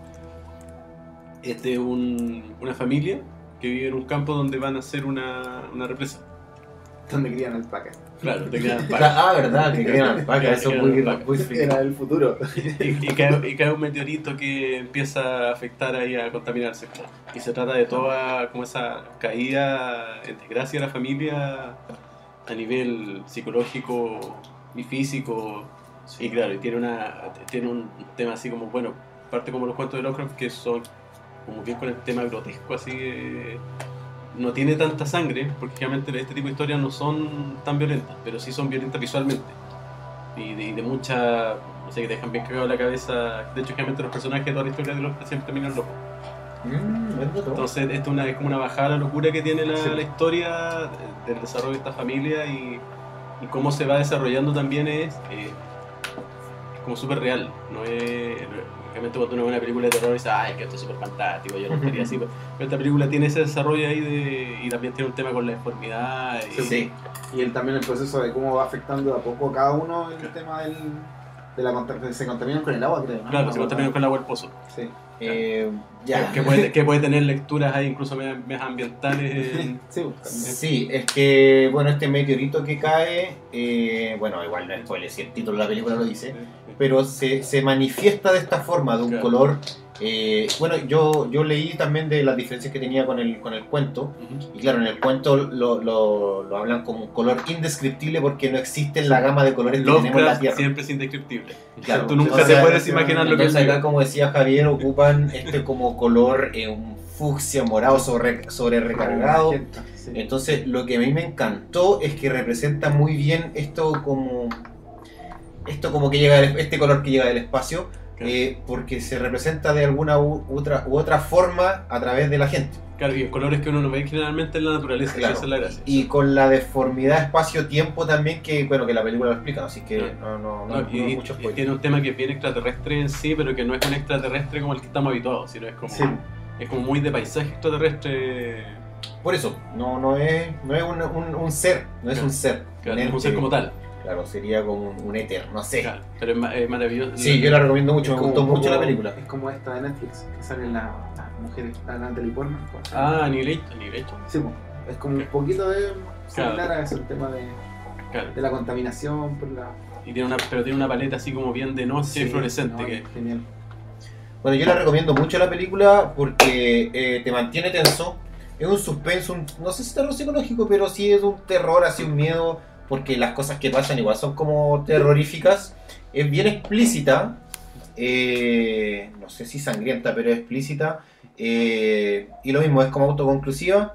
S3: es de un- una familia que vive en un campo donde van a hacer una, una represa.
S4: Donde crían alpacas.
S3: Claro, te quedan
S1: Ah, verdad, que quedan alpacas, eso es muy,
S3: Alpaca.
S1: muy friki.
S4: Era el futuro.
S3: y, y cae, y cae un meteorito que empieza a afectar ahí, a contaminarse. Y se trata de toda como esa caída en desgracia de la familia a nivel psicológico y físico. Y claro, y tiene, una, tiene un tema así como, bueno, parte como los cuentos de Lovecraft que son como bien con el tema grotesco así de, no tiene tanta sangre, porque generalmente este tipo de historias no son tan violentas, pero sí son violentas visualmente. Y de, y de mucha... no sé, que te dejan bien cagado la cabeza. De hecho, generalmente los personajes de toda la historia de los siempre terminan locos.
S1: Mm,
S3: Entonces, esto es, una, es como una bajada a la locura que tiene la,
S4: Sí.
S3: la historia del desarrollo de esta familia y, y cómo se va desarrollando también es eh, como súper real. No es, realmente cuando uno ve una película de terror dice, ay, es que esto es súper fantástico, yo no estaría así. Pero esta película tiene ese desarrollo ahí de, y también tiene un tema con la deformidad. Y,
S1: Sí.
S4: Y el, también el proceso de cómo va afectando de a poco a cada uno el tema del, de la contam- se contaminan con el agua, creo, ¿no?
S3: Claro, se va terminando con el agua del pozo.
S4: Sí.
S1: Eh, ya.
S3: Que, puede, que puede tener lecturas ahí incluso más, más ambientales. En,
S4: Sí, pues, también.
S1: Sí, es que, bueno, este meteorito que cae, eh, bueno, igual no es spoiler, si el título de la película lo dice, pero se, se manifiesta de esta forma, de un
S3: Claro.
S1: color. Eh, bueno, yo, yo leí también de las diferencias que tenía con el, con el cuento,
S3: Ujú.
S1: y claro, en el cuento lo, lo, lo hablan como un color indescriptible porque no existe en la gama de colores que tenemos en la
S3: Lovecraft
S1: Tierra.
S3: siempre es indescriptible.
S1: Claro,
S3: Tú nunca
S1: o
S3: te
S1: sea,
S3: puedes imaginar lo que es.
S1: Entonces acá, como decía Javier, ocupan este como color, eh, un fucsia morado sobre, sobre recargado.
S4: Sí.
S1: Entonces, lo que a mí me encantó es que representa muy bien esto como esto como que llega del- este color que llega del espacio, eh, porque se representa de alguna u otra, u otra forma a través de la gente.
S3: Claro, y en colores que uno no ve generalmente en la naturaleza,
S1: Claro.
S3: esa es la gracia.
S1: Y con la deformidad espacio-tiempo también, que bueno, que la película lo explica, así que no, no, no,
S3: No,
S1: no
S3: y,
S1: hay
S3: y-
S1: mucho
S3: y
S1: spoiler.
S3: tiene un tema que es bien extraterrestre en sí, pero que no es un extraterrestre como el que estamos habituados, sino es como,
S4: Sí.
S3: es como muy de paisaje extraterrestre.
S1: Por eso, no, no es, no es un, un- un ser, no es
S3: Claro.
S1: un ser.
S3: Claro,
S1: un
S3: es un
S1: ente.
S3: ser como tal.
S1: Claro, sería como un, un éter, no sé.
S3: Claro, pero es, ma- es maravilloso.
S1: Sí, yo la recomiendo mucho,
S4: Es
S1: me
S4: como
S1: gustó
S4: un
S1: mucho
S4: poco-
S1: la película.
S4: Es como esta de Netflix, que salen las las mujeres, la Natalie Portman.
S3: Ah, Annihilation. Annihilation.
S4: Sí, pues, es como un poquito de similar
S3: Claro.
S4: a eso, el tema de,
S3: Claro.
S4: de la contaminación por la...
S3: Y tiene una, pero tiene una paleta así como bien de noche y
S4: Sí,
S3: fluorescente.
S4: no,
S3: que,
S4: genial.
S1: Bueno, yo la recomiendo mucho la película porque eh, te mantiene tenso. Es un suspenso, un- no sé si terror psicológico, pero sí es un terror, así un miedo, porque las cosas que pasan igual son como terroríficas. Es bien explícita, eh, no sé si sangrienta, pero es explícita. eh, y lo mismo, es como autoconclusiva.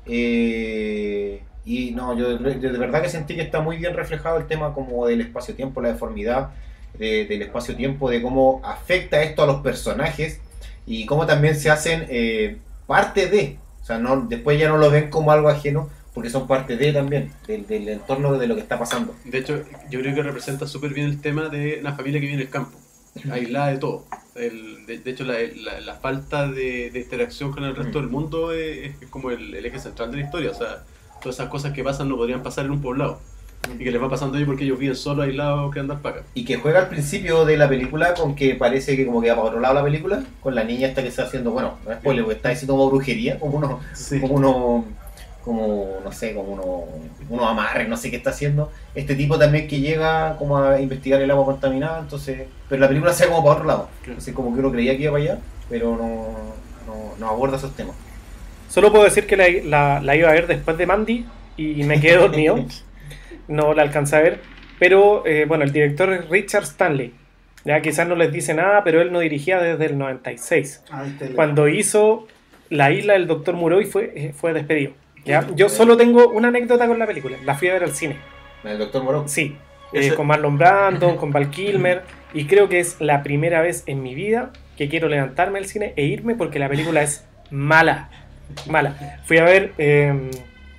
S1: eh, y no, yo, de yo de verdad que sentí que está muy bien reflejado el tema como del espacio-tiempo, la deformidad de- del espacio-tiempo, de cómo afecta esto a los personajes y cómo también se hacen eh, parte de, o sea, no, después ya no lo ven como algo ajeno porque son parte de también, del, del entorno de lo que está pasando.
S3: de hecho, yo creo que representa súper bien el tema de una familia que vive en el campo, aislada de todo. El- de, de hecho, la, la- la falta de, de interacción con el resto
S1: Mm.
S3: del mundo es, es como el, el eje central de la historia. O sea, todas esas cosas que pasan no podrían pasar en un poblado. Y que les va pasando a ellos porque ellos viven solos, aislados, creando alpacas.
S1: Y que juega al principio de la película con que parece que como que va para otro lado la película, con la niña esta que está haciendo, bueno, no es spoiler, porque está haciendo como brujería, como uno, como uno, como, no sé, como uno, unos amarres, no sé qué está haciendo. Este tipo también que llega como a investigar el agua contaminada, entonces, pero la película se va como para otro lado. Entonces como que uno creía que iba para allá, pero no, no, no aborda esos temas.
S2: Solo puedo decir que la, la- la iba a ver después de Mandy y me quedé dormido. No la alcancé a ver. Pero eh, bueno, el director es Richard Stanley. Ya quizás no les dice nada, pero él no dirigía desde el noventa y seis.
S4: Ah, viste, el-
S2: Cuando hizo La isla del doctor Muroy fue, eh, fue despedido. ¿Ya? Yo solo tengo una anécdota con la película. La fui a ver al cine.
S1: El doctor Moró.
S2: Sí. eh,
S3: Ese-
S2: con Marlon Brando, con Val Kilmer. Y creo que es la primera vez en mi vida que quiero levantarme al cine e irme porque la película es mala. Mala. Fui a ver eh,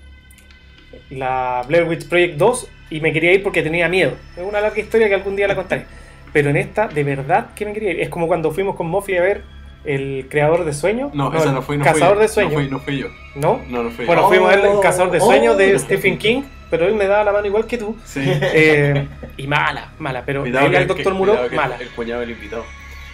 S2: la Blair Witch Project dos y me quería ir porque tenía miedo. Es una larga historia que algún día la contaré. Pero en esta, de verdad que me quería ir. Es como cuando fuimos con Moffy a ver El Creador de Sueños.
S3: No, esa
S2: el
S3: no fui, no
S2: Cazador
S3: fui,
S2: de Sueños.
S3: No fui, no fui yo.
S2: ¿No?
S3: No, no fui
S2: Bueno,
S3: yo.
S2: fuimos a ver El Cazador de
S1: Oh,
S2: Sueños de
S1: oh,
S2: Stephen King, pero él me daba la mano igual que tú.
S3: Sí.
S2: Eh, y mala, mala, pero
S3: Cuidado
S2: el
S3: que-
S2: Doctor
S3: que-
S2: Muro,
S3: cuidado que
S2: mala.
S3: El cuñado del invitado.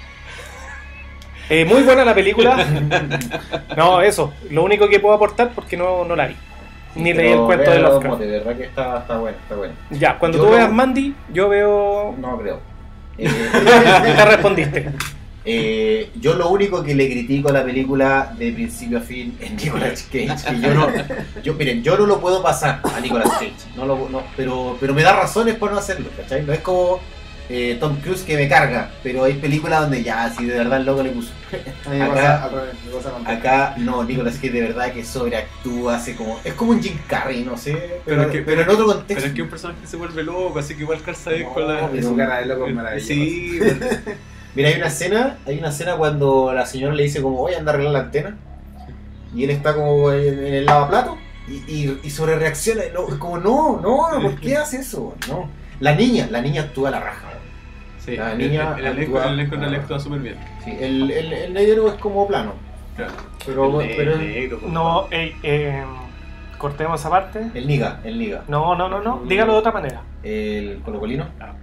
S2: Eh, muy buena la película. No, eso, lo único que puedo aportar porque no, no la vi. Ni leí el
S1: Pero
S2: cuento de
S1: véalo,
S2: Lovecraft.
S1: De verdad que está, está bueno, está bueno.
S2: Ya, cuando
S1: Yo
S2: tú
S1: no-
S2: veas Mandy, yo veo...
S1: No creo. Eh,
S2: Te respondiste.
S1: Eh, yo lo único que le critico a la película de principio a fin es Nicolas Cage. Que yo no, yo, miren, yo no lo puedo pasar a Nicolas Cage, no lo, no, pero, pero me da razones por no hacerlo, ¿cachai? No es como, eh, Tom Cruise que me carga, pero hay películas donde ya, así de verdad el loco le puso.
S4: A mí me
S1: Acá-
S4: pasa al revés, me pasa con-
S1: Acá no, Nicolas Cage de verdad que sobreactúa, hace como. Es como un Jim Carrey, no sé, pero,
S3: Pero es que-
S1: pero en otro contexto.
S3: Pero es que un personaje se vuelve loco, así que igual calza bien
S4: No,
S3: con la.
S4: pero su cara de loco es maravillosa.
S3: Sí, bueno,
S1: Mira, hay una escena, hay una escena cuando la señora le dice como voy a andar a arreglar la antena y él está como en, en el lavaplato y, y, y sobre reacciona, no, es como no, no, ¿por qué hace eso? No. La niña, la niña actúa a la raja.
S3: sí.
S1: La
S3: el,
S1: niña
S3: el, el elenco,
S1: actúa-
S3: el elenco en realidad actúa súper bien.
S1: Sí, el, el, el negro es como plano,
S3: Claro.
S1: pero,
S3: el,
S1: pero
S3: el negro, por
S2: No,
S3: favor.
S2: ey, eh, cortemos esa parte.
S1: el niga, el niga,
S2: No, no, no, no. Dígalo de otra manera.
S1: el colocolino.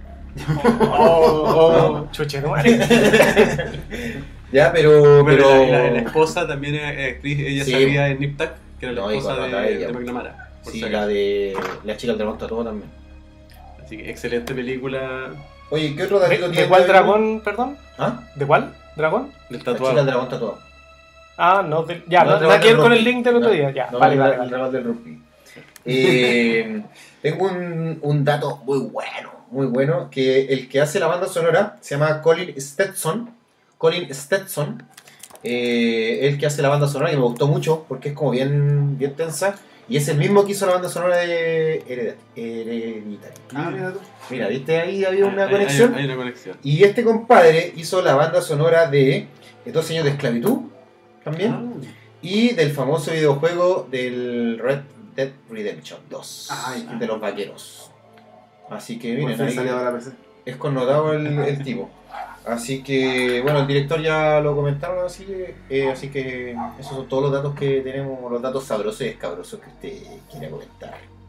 S2: Oh, oh, chuche, no madre.
S1: Ya, pero,
S3: Bueno,
S1: pero...
S3: la, la- la esposa también es actriz, ella
S1: Sí.
S3: salía en Nip Tuck, que era la
S1: No, y
S3: esposa
S1: con
S3: de,
S1: otra ella.
S3: de McNamara. por
S1: Sí,
S3: si
S1: la
S3: acaso.
S1: de la chica del dragón tatuado también.
S3: Así que excelente película
S1: Oye, ¿qué otro
S2: ¿De,
S1: datito
S2: de
S1: tiene?
S2: cuál dragón, perdón?
S1: ¿Ah?
S2: ¿De cuál? ¿Dragón?
S3: del
S1: La chica del
S3: tatuado.
S1: dragón tatuado.
S2: Ah, no, del- ya,
S1: No,
S2: no,
S1: el
S2: nada
S1: dragón
S2: que ver
S1: del
S2: con el
S1: rugby.
S2: link del otro
S1: No,
S2: día. Ya,
S1: no,
S2: vale,
S1: el,
S2: vale,
S1: el
S2: vale.
S1: dragón del rugby. Eh, tengo un, un dato muy bueno, muy bueno, que el que hace la banda sonora se llama Colin Stetson. Colin Stetson, eh, el que hace la banda sonora y me gustó mucho porque es como bien, bien tensa. Y es el mismo que hizo la banda sonora de Heredit- Hereditary.
S4: Ah, mira tú.
S1: Mira, ¿viste? Ahí había una
S3: Hay-
S1: conexión.
S3: Hay, hay una conexión.
S1: Y este compadre hizo la banda sonora de Dos años de esclavitud también.
S3: Ah,
S1: Y del famoso videojuego del Red Dead Redemption dos.
S4: Ay,
S1: de los vaqueros. Así que
S4: Por
S1: miren,
S4: fin
S1: ahí
S4: salió de la P C.
S1: es connotado el, el tipo. Así que, bueno, el director ya lo comentaron, así que, eh, así que esos son todos los datos que tenemos, los datos sabrosos y escabrosos que usted quiere comentar.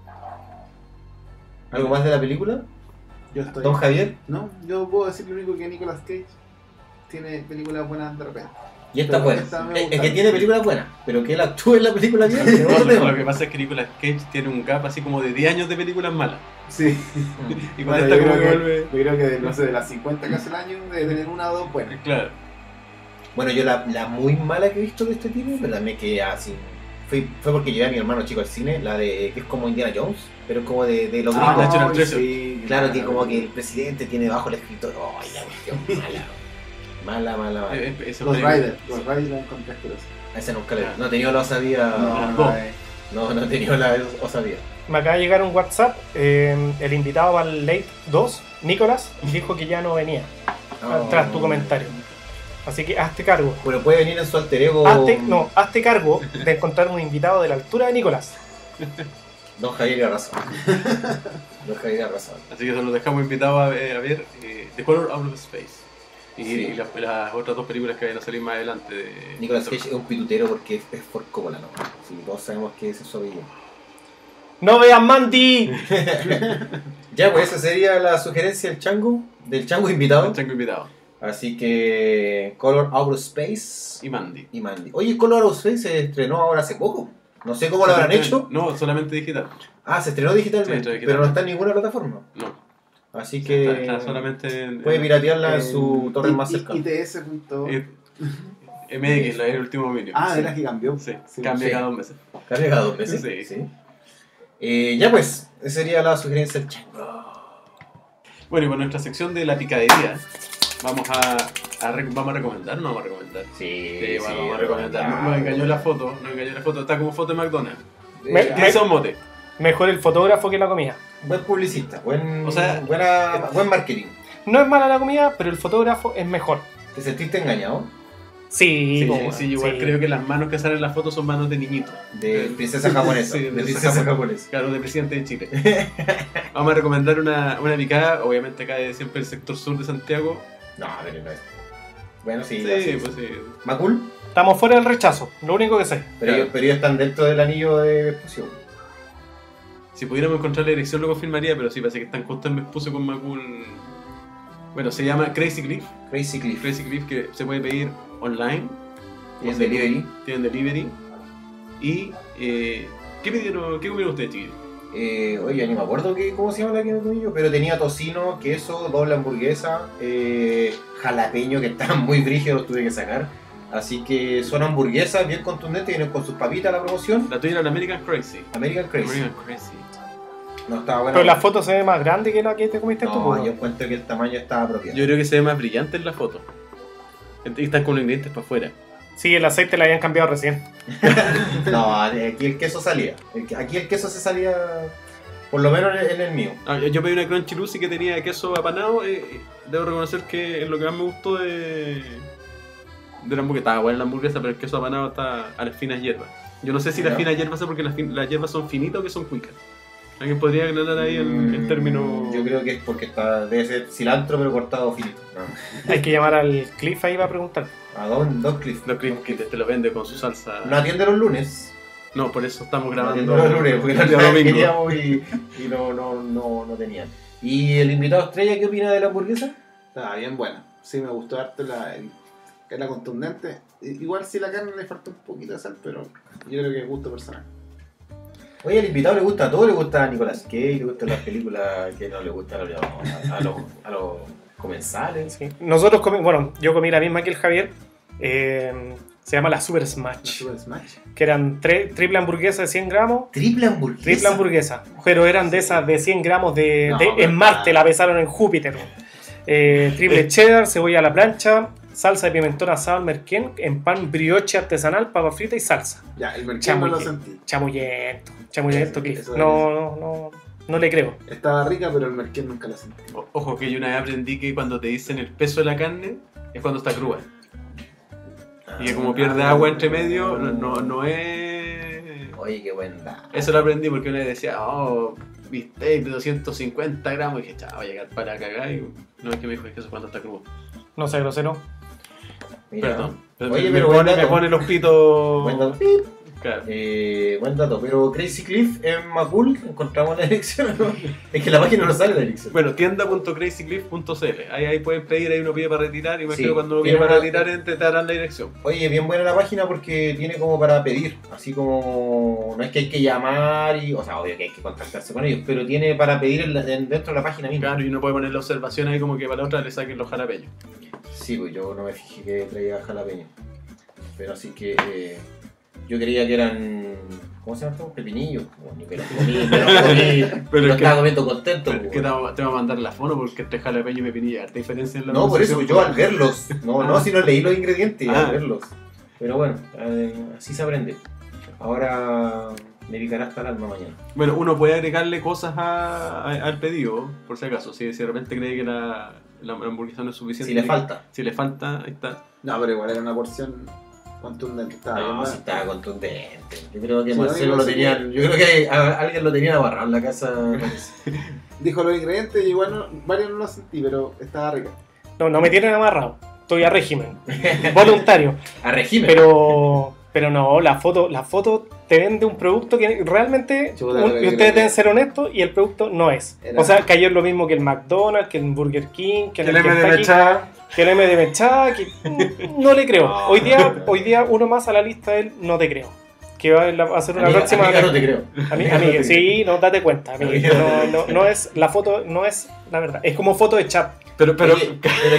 S1: ¿Algo más de la película?
S4: Yo estoy.
S1: Don Javier.
S4: No, yo puedo decir lo único que Nicolas Cage tiene películas buenas de repente.
S1: Y esta
S4: Pero
S1: buena.
S4: esta me
S1: Es, es
S4: gusta.
S1: que tiene películas buenas, pero que él actúe en la película bien. es
S3: no,
S1: otro
S3: lo,
S1: tema.
S3: lo que pasa es que Nicolas Cage tiene un gap así como de diez años de películas malas.
S4: Sí.
S3: Y con
S4: Bueno,
S3: esta
S4: yo,
S3: como
S4: creo
S3: que
S4: que,
S3: vuelve.
S4: yo creo que de, no sé, de las cincuenta que hace el año, debe tener una o dos buenas.
S3: Claro.
S1: Bueno, yo la, la muy mala que he visto de este tipo, pero también que así. Fue, fue porque llevé a mi hermano chico al cine, la de que es como Indiana Jones, pero es como de, de los
S3: Ah,
S1: gringos.
S3: National
S4: ay,
S3: Treasure.
S4: sí,
S1: Claro que
S4: claro.
S1: como que el presidente tiene bajo el escritorio. ¡Ay, la cuestión mala! Mala, mala, mala.
S3: Eh, eh, esa
S4: Los
S3: película-
S4: Riders, los Riders la encontré asquerosa.
S1: Esa nunca la vi. No he tenido la osadía.
S4: No,
S3: no.
S4: no, eh.
S1: No, no he tenido la osadía.
S2: Me acaba de llegar un WhatsApp. eh, el invitado para el Late dos, Nicolás, dijo que ya no venía. Tras tu comentario. Así que hazte cargo.
S1: Pero puede venir en su alter ego.
S2: Hazte, no, hazte cargo de encontrar un invitado de la altura de Nicolás.
S1: Don Javier tiene razón. Don Javier tiene razón.
S3: Así que se los dejamos invitados a ver, a ver eh, The Color Out of Space. Y,
S1: Sí.
S3: y las, las otras dos películas que vayan a salir más adelante. De,
S1: Nicolas
S3: de-
S1: Cage es un pitutero porque es, es por Coppola, ¿no? Sí, todos sabemos que ese es su apellido.
S2: ¡No veas Mandy!
S1: Ya, pues esa sería la sugerencia del chango, del chango invitado.
S3: Chango invitado.
S1: Así que Color Out of Space
S3: Y Mandy.
S1: y Mandy. Oye, Color Out of Space se estrenó ahora hace poco. No sé cómo lo habrán hecho.
S3: No, solamente digital.
S1: Ah, se estrenó digitalmente,
S3: Sí, está digital.
S1: pero no está en ninguna plataforma.
S3: No.
S1: Así
S3: Está,
S1: que
S3: está solamente en.
S1: puede
S3: en-
S1: piratearla en
S4: En
S1: su torre
S4: I-
S1: más
S4: I-
S1: cercana.
S4: I T S punto-
S3: eh, M X, la- el último vídeo.
S4: Ah,
S3: sí.
S4: era que cambió.
S3: Sí,
S4: Sí,
S3: cambia
S1: sí.
S3: cada dos meses.
S1: Carga cada dos meses.
S3: Sí.
S1: Eh, ya pues, esa sería la sugerencia del chango.
S3: Bueno, y con nuestra sección de la picadería, vamos a, a rec- vamos a recomendar, no vamos a recomendar.
S1: Sí,
S3: Sí, bueno, vamos a recomendar. Nos, nos engañó la foto, nos engañó la foto. Está como foto de McDonald's.
S2: Me-
S1: Eh,
S3: ¿Qué son mote?
S2: Mejor el fotógrafo que la comida.
S1: Buen publicista, buen,
S3: O sea,
S1: buena, buen marketing.
S2: No es mala la comida, pero el fotógrafo es mejor.
S1: ¿Te sentiste engañado?
S2: Sí,
S3: Sí,
S2: po,
S3: sí,
S2: weón,
S3: sí, igual
S2: sí.
S3: creo que las manos que salen en la foto son manos de niñito.
S1: De princesa japonesa.
S3: Sí,
S1: de
S3: de
S1: princesa
S3: esa-
S1: japonesa.
S3: Claro, de presidente de Chile. Vamos a recomendar una, una picada, obviamente acá de siempre el sector sur de Santiago.
S1: No, pero no es. Bueno, sí,
S3: Sí,
S1: así es.
S3: pues sí.
S1: Macul,
S2: Estamos fuera del rechazo, lo único que sé.
S1: pero,
S3: Claro.
S1: ellos, pero ellos están dentro del anillo de Vespucio.
S3: Si pudiéramos encontrar la dirección lo confirmaría, pero sí, parece que están justo en Vespucio con Macul. Bueno, se llama Crazy Cliff.
S1: Crazy Cliff.
S3: Crazy Cliff que se puede pedir online.
S1: Y el
S3: O sea,
S1: delivery.
S3: Tienen delivery. Y, eh, ¿qué pidieron, qué comieron ustedes, chiquillos?
S1: Eh, oye, ni me acuerdo que, cómo se llama la que me comí yo, pero tenía tocino, queso, doble hamburguesa, eh, jalapeño, que estaban muy brígidos, los tuve que sacar. Así que son hamburguesas bien contundentes, vienen con sus papitas a la promoción.
S3: La tuya era la American Crazy.
S1: American Crazy.
S3: American Crazy.
S1: No estaba buena.
S2: Pero la foto se ve más grande que la que te comiste tú.
S1: No,
S2: pues.
S1: yo encuentro que el tamaño estaba apropiado.
S3: Yo creo que se ve más brillante en la foto. Y están con los ingredientes para afuera.
S2: Sí, el aceite le habían cambiado recién.
S1: No, aquí el queso salía. El- Aquí el queso se salía, por lo menos en el mío.
S3: Ah, yo pedí una Crunchy Lucy que tenía queso apanado. Eh, debo reconocer que es lo que más me gustó de, de la hamburguesa. Estaba buena la hamburguesa, pero el queso apanado está a las finas hierbas. Yo no sé si
S1: Ya.
S3: las finas hierbas son porque las, fin- las hierbas son finitas o que son cuicas. ¿Alguien podría aclarar ahí el, el término?
S1: Mm, Yo creo que es porque está, debe ser cilantro pero cortado finito. No.
S2: Hay que llamar al Cliff ahí para preguntar.
S1: A Don, Don Cliff.
S3: Los Cliff que te, te lo vende con su salsa.
S1: No atiende los lunes.
S3: No, por eso estamos
S1: No
S3: grabando
S1: atiende los lunes, porque
S3: el
S1: la
S3: día
S1: otra vez
S3: domingo.
S1: queríamos y, y no, no, no, no tenían. ¿Y el invitado estrella qué opina de la hamburguesa?
S4: Estaba bien buena. Sí, me gustó harto la, el- era contundente. I- Igual si la carne le falta un poquito de sal, pero yo creo que es gusto personal.
S1: Oye, al invitado le gusta todo, le gusta a Nicolas Cage, le gustan las películas que no le gustan a los, a, a los, a los comensales.
S2: Sí. Nosotros comimos, bueno, yo comí la misma que el Javier. eh, se llama la Super
S4: ¿La
S2: Smash.
S4: Super Smash?
S2: Que eran tre- triple hamburguesa de cien gramos.
S1: Triple hamburguesa.
S2: Triple hamburguesa. Pero eran de esas de cien gramos de,
S1: No,
S2: de-
S1: pero
S2: en Marte,
S1: está-
S2: la pesaron en Júpiter. Eh, triple cheddar, cebolla a la plancha, salsa de pimentón asado al merquén, en pan brioche artesanal, papa frita y salsa.
S4: Ya, el mercado no lo
S2: Chamullento.
S4: sentí.
S2: Chamullento, chamullento,
S4: Eso-
S2: Cliff.
S4: eso
S2: No, no, no, no le creo.
S4: Estaba rica, pero el merquén nunca lo sentí.
S3: O- Ojo que yo una vez aprendí que cuando te dicen el peso de la carne es cuando está cruda. Y que como pierde agua entre medio, no, no, no es...
S1: Oye, qué buen dato.
S3: Eso lo aprendí porque una vez decía, oh, bistec de doscientos cincuenta gramos. Y dije, chao, voy a llegar para cagar. Y no es que me dijo, es que eso es cuando está crudo.
S2: No sé, grosero.
S1: Mira,
S3: Perdón.
S1: Oye,
S3: me,
S1: pero
S3: me
S1: buen
S3: pone, me
S1: dato.
S3: pone los pitos...
S1: Buen dato.
S3: Claro.
S1: Eh, buen dato, pero Crazy Cliff en Macul encontramos la dirección, ¿no? Es que en la página no sale la dirección.
S3: Bueno, tienda punto crazy cliff punto c l. Ahí, ahí pueden pedir, ahí uno pide para retirar. Y me
S1: Sí,
S3: imagino cuando uno pide
S1: tiene
S3: para
S1: una-
S3: retirar, ente- te darán la dirección.
S1: Oye, bien buena la página porque tiene como para pedir, así como no es que hay que llamar y, o sea, obvio que hay que contactarse con ellos, pero tiene para pedir en la- en- dentro de la página misma.
S3: Claro, y uno puede poner la observación ahí como que para la otra le saquen los jalapeños.
S1: Sí, pues yo no me fijé que traía jalapeño, pero así que eh, yo creía que eran, ¿cómo se llama esto? Pepinillos. Bueno, pero comí, pero comí,
S3: Pero
S1: lo
S3: es que-
S1: estaba comiendo contento.
S3: Pero
S1: pues,
S3: es que te
S1: bueno.
S3: va, te va a mandar la foto porque entre jalapeño y pepinilla hay harta diferencia en la
S1: No, por eso
S3: pronunciación.
S1: yo al verlos, no, no, si no leí los ingredientes,
S3: Ah.
S1: al verlos. Pero bueno, eh, así se aprende. Ahora me picará hasta el alma mañana.
S3: Bueno, uno puede agregarle cosas a- a- al pedido, por si acaso. Si, si de repente cree que la, la hamburguesa no es suficiente.
S1: Si le falta.
S3: Si le falta, ahí está.
S4: No, pero igual era una porción contundente. Estaba bien
S1: No,
S4: buena.
S1: si estaba contundente. Yo creo que
S4: Sí,
S1: Marcelo
S4: amigo,
S1: lo
S4: sí.
S1: tenía. Yo creo que a- alguien lo tenía abarrado en la casa.
S4: Dijo los ingredientes y igual no, varios no lo sentí, pero estaba rica.
S2: No, no me tienen amarrado. Estoy a régimen. Voluntario.
S1: A régimen.
S2: Pero, pero no, la foto, la foto te vende un producto que realmente,
S4: Chuta,
S2: un-
S4: lo que
S2: y ustedes
S4: creo.
S2: deben ser honestos, y el producto no es.
S4: Era-
S2: O sea, cayó lo mismo que el McDonald's, que el Burger King, que el,
S3: El M de
S2: Kentucky,
S3: Mechá.
S2: que el M de Mechá, que mm, no le creo.
S1: No,
S2: hoy día,
S1: no, no.
S2: hoy día uno más a la lista de él, no te creo. Que va a la- a hacer una
S1: Amiga,
S2: próxima.
S1: amiga, no te creo.
S2: A mí,
S1: Amiga,
S2: a mí,
S1: no te
S2: sí, no, date cuenta. amiga.
S1: Amiga, no
S2: No,
S1: te
S2: no, no es, la foto no es la verdad. Es como foto de chat.
S3: Pero, pero
S1: Oye, pero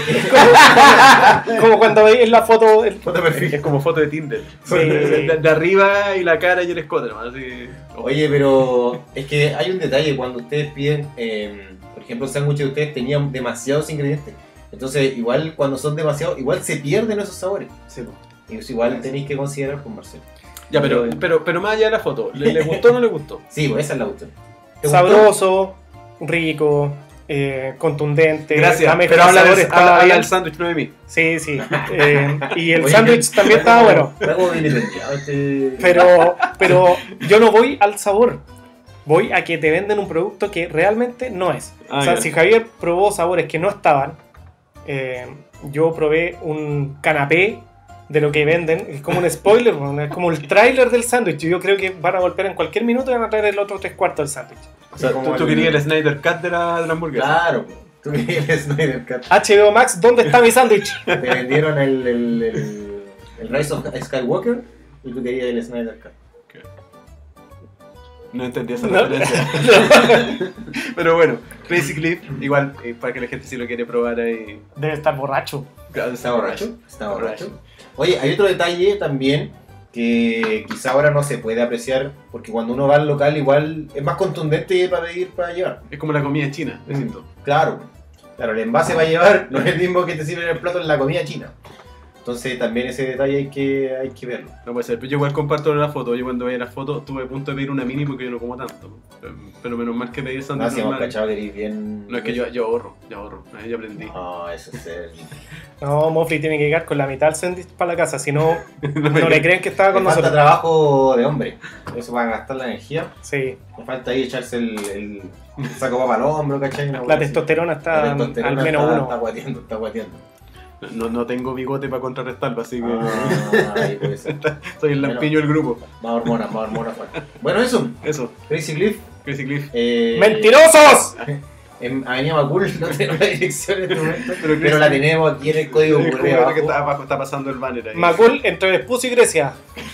S1: que-
S2: Como cuando veis la foto. el-
S1: Foto perfil.
S3: es como foto de Tinder.
S2: Sí.
S3: De, de arriba y la cara y el escote, ¿no? Así.
S1: Oye, pero es que hay un detalle cuando ustedes piden, eh, por ejemplo, el sándwich de ustedes tenían demasiados ingredientes. Entonces, igual cuando son demasiados, igual se pierden esos sabores.
S4: Sí, po.
S1: Y eso igual tenéis que considerar con Marcelo.
S3: Ya, pero, pero, pero más allá de la foto, ¿le, le gustó o no le gustó?
S1: Sí, pues esa es la cuestión. ¿Te gustó?
S2: Sabroso, rico, eh, contundente.
S3: Gracias,
S2: la mezcla
S3: pero
S2: de
S3: habla,
S2: sabores
S3: del,
S2: estaba
S3: habla, habla
S2: bien.
S3: del sándwich, no de mí.
S2: Sí, sí. Eh, y el
S1: Oye,
S2: sándwich
S1: yo-
S2: también estaba bueno.
S1: Está como bien entendido este...
S2: Pero, pero yo no voy al sabor. Voy a que te venden un producto que realmente no es.
S3: Ah,
S2: o sea,
S3: ya.
S2: si Javier probó sabores que no estaban, eh, yo probé un canapé de lo que venden. Es como un spoiler, ¿no? Es como el tráiler del sándwich. Yo creo que van a golpear en cualquier minuto y van a traer el otro tres cuartos del sándwich.
S3: O sea,
S1: como
S3: tú, tú
S1: el-
S3: querías el Snyder Cut de la, de la hamburguesa.
S1: Claro, pues. Tú querías el Snyder Cut.
S2: H B O Max, ¿dónde está mi sándwich?
S1: Te vendieron el, el, el, el Rise of Skywalker y tú querías el Snyder Cut.
S3: No entendí esa
S2: No.
S3: referencia. Pero bueno, Crazy Cliff, igual, eh, para que la gente si lo quiere probar ahí.
S2: Debe estar borracho.
S3: claro,
S1: ¿Está borracho? Está borracho. Oye, hay otro detalle también que quizá ahora no se puede apreciar, porque cuando uno va al local igual es más contundente para pedir para llevar.
S3: Es como la comida china, me siento.
S1: Claro, claro, el envase para llevar no es el mismo que te sirven en el plato en la comida china. Entonces también ese detalle hay que, hay que verlo.
S3: No puede ser, pero yo igual comparto la foto. Yo cuando veía la foto estuve a punto de pedir una mini porque yo no como tanto. Pero, pero menos mal que pedí esa
S1: No, si hemos cachado que eres bien...
S3: No, es que yo, yo ahorro, yo ahorro. Ahí yo aprendí.
S1: No, eso es el...
S2: No, Mofli tiene que llegar con la mitad del sándwich para la casa, si no, no le creen que estaba con
S1: Le falta
S2: nosotros.
S1: trabajo de hombre. Eso para gastar la energía.
S2: Sí,
S1: Le falta ahí echarse el, el saco para el hombro, ¿cachai? Una
S2: la
S1: hueá así.
S2: testosterona está
S1: La testosterona
S2: al menos
S1: está,
S2: uno.
S1: Está guateando, está guateando.
S3: No, no tengo bigote para contrarrestarlo, así que
S1: Ah, ahí puede ser.
S3: soy el lampiño del grupo.
S1: Más hormonas, más hormonas. fuerte. Bueno, eso.
S3: Eso,
S1: Crazy Cliff.
S3: Crazy Cliff.
S1: Eh,
S2: ¡Mentirosos!
S1: En Avenida Macul no tenemos la dirección en este momento,
S3: Pero
S1: pero, la tenemos aquí en el código
S3: Es
S1: Q
S3: como
S1: R
S3: ahora
S1: abajo.
S3: que está, abajo, está pasando el banner ahí.
S2: Macul entre Vespucio y Grecia.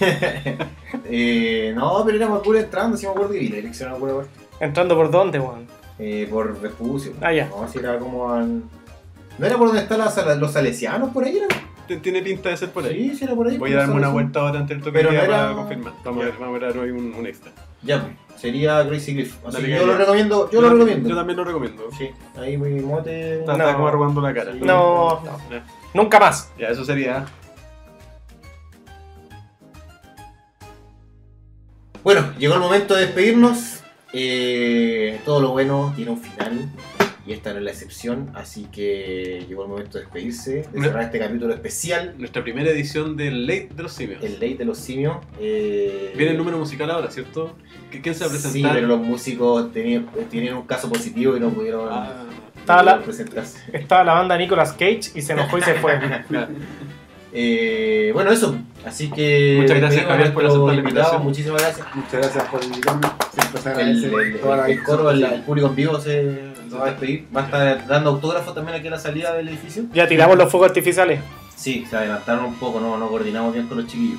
S1: eh, no, pero era Macul entrando, si me acuerdo, y la dirección no me acuerdo.
S2: ¿Entrando por dónde, weón?
S1: Eh, por Vespucio.
S2: Ah, ya.
S1: No, si era como al... ¿No era por donde están las- los salesianos por ahí? ¿Era?
S3: T- Tiene pinta de ser por ahí.
S1: Sí, sí, era por ahí.
S3: Voy
S1: por
S3: a darme
S1: los
S3: una
S1: salesianos.
S3: vuelta ahora ante el toque
S1: Pero
S3: de queda
S1: no era-
S3: para confirmar. Vamos a ver, vamos a ver hoy un, un extra.
S1: Ya, pues, sería Crazy Cliff. Así
S3: Dale,
S1: que
S3: que
S1: yo lo
S3: ya.
S1: recomiendo, yo lo recomiendo.
S3: Yo también lo recomiendo.
S1: Sí, ahí mi mote...
S3: Está,
S2: No.
S3: está como arrugando la cara.
S2: No, no.
S3: Ya,
S2: Nunca más.
S3: ya, eso sería.
S1: Bueno, llegó el momento de despedirnos. Eh, todo lo bueno tiene un final y esta no es la excepción, así que llegó el momento de despedirse, de cerrar este capítulo especial,
S3: Nuestra primera edición del Late de los Simios.
S1: el Late de los Simios. Eh,
S3: Viene el número musical ahora, ¿cierto? ¿Qué- ¿Quién se va a presentar?
S1: Sí, pero los músicos tenían, tenían un caso positivo y no pudieron,
S3: Ah,
S1: no
S2: Estaba la-
S1: pudieron presentarse.
S2: Estaba la banda Nicolas Cage y se enojó y se fue.
S3: claro.
S1: Eh, bueno, eso. Así que.
S3: Muchas gracias,
S1: despedimos a
S3: Javier, por
S1: nuestro
S3: aceptar la
S1: invitado.
S3: invitación.
S1: Muchísimas gracias.
S4: Muchas gracias por invitarme. Siempre se
S1: El,
S4: agradece
S1: el-
S4: toda la
S1: el coro, el,
S4: discusión.
S1: el público en vivo se, se va a despedir. Va a estar dando autógrafos también aquí a la salida del edificio.
S2: Ya tiramos los fuegos artificiales.
S1: Sí, se adelantaron un poco, no, no coordinamos bien con los chiquillos.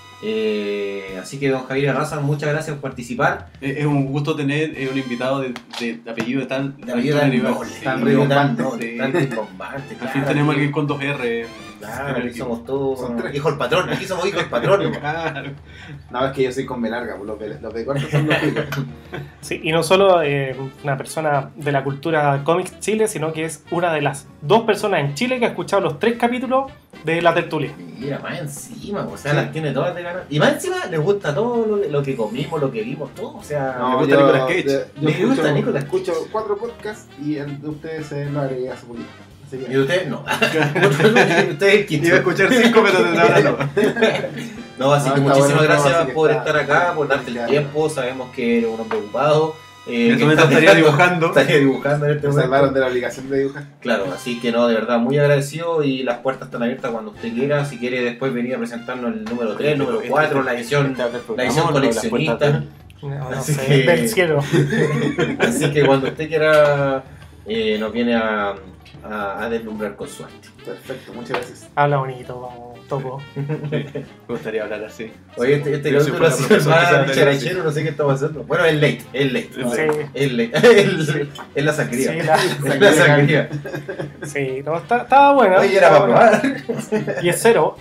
S1: Eh, así que, don Javier Arraza, muchas gracias por participar.
S3: Es es un gusto tener eh, un invitado de, de, de apellido tan
S1: De apellido tan
S3: nivel.
S1: noble,
S3: Sí,
S4: tan
S1: apellido
S4: rimbombante,
S1: tan noble,
S3: sí.
S1: tan rimbombante,
S3: Al
S1: claro,
S3: fin tenemos a
S1: aquí-
S3: alguien con dos R. en-
S1: Claro,
S3: en el
S1: aquí
S3: equipo.
S1: somos todos
S4: Son tres.
S1: hijos del patrón, aquí somos hijos del patrón.
S3: Claro.
S4: No, es que yo soy con B larga, pues los de, los de corto son los picos.
S2: Sí, y no solo eh, una persona de la cultura cómics Chile, sino que es una de las dos personas en Chile que ha escuchado los tres capítulos de La Tertulia.
S1: Mira, más encima, o sea, las tiene todas de ganas. Y más encima les gusta todo lo, lo que comimos, lo que vimos, todo. O sea,
S3: Me gusta Nicolas Cage.
S4: de- yo
S1: Me gusta
S4: escucho,
S1: Nicolas Cage.
S4: escucho cuatro podcasts y el de ustedes se lo agregué a su política. Así
S1: y
S4: que,
S1: ustedes no. ustedes el quinto.
S3: Iba a escuchar cinco, pero desde ahora no.
S1: No, así
S4: No,
S1: que
S4: está
S1: muchísimas
S4: bueno el programa,
S1: gracias
S4: así que
S1: por
S4: está-
S1: estar acá, por darte el
S4: está-
S1: tiempo. Sabemos que eres un hombre ocupado. Eh,
S3: En este
S1: que
S3: momento
S1: estás
S3: estaría
S1: dejando-
S3: dibujando.
S1: Estaría dibujando en este
S4: me
S1: momento.
S4: salvaron de la obligación de dibujar.
S1: Claro, así que no, de verdad, muy agradecido y las puertas están abiertas cuando usted quiera. Si quiere después venir a presentarnos el número tres, el número cuatro, la edición, la edición coleccionista.
S2: No, no
S1: Así
S2: sé,
S1: que-
S2: del cielo.
S1: Así que cuando usted quiera, eh, nos viene a, a, a deslumbrar con su arte.
S4: Perfecto, muchas gracias.
S2: Habla bonito, vamos, topo.
S3: Me gustaría hablar así.
S1: Oye, este, este
S3: Yo soy
S1: capítulo ha
S3: la
S1: sido
S3: profesora que
S1: más
S3: sabe leer así.
S1: charachero, no sé qué está pasando. Bueno, es late, es late.
S2: Sí,
S1: Es late. El- Es la sangría.
S2: sí, la-
S1: Es la sangría.
S2: sí, no, está- estaba buena.
S1: Oye, era
S2: estaba
S1: para
S2: buena.
S1: probar.
S2: Y es cero.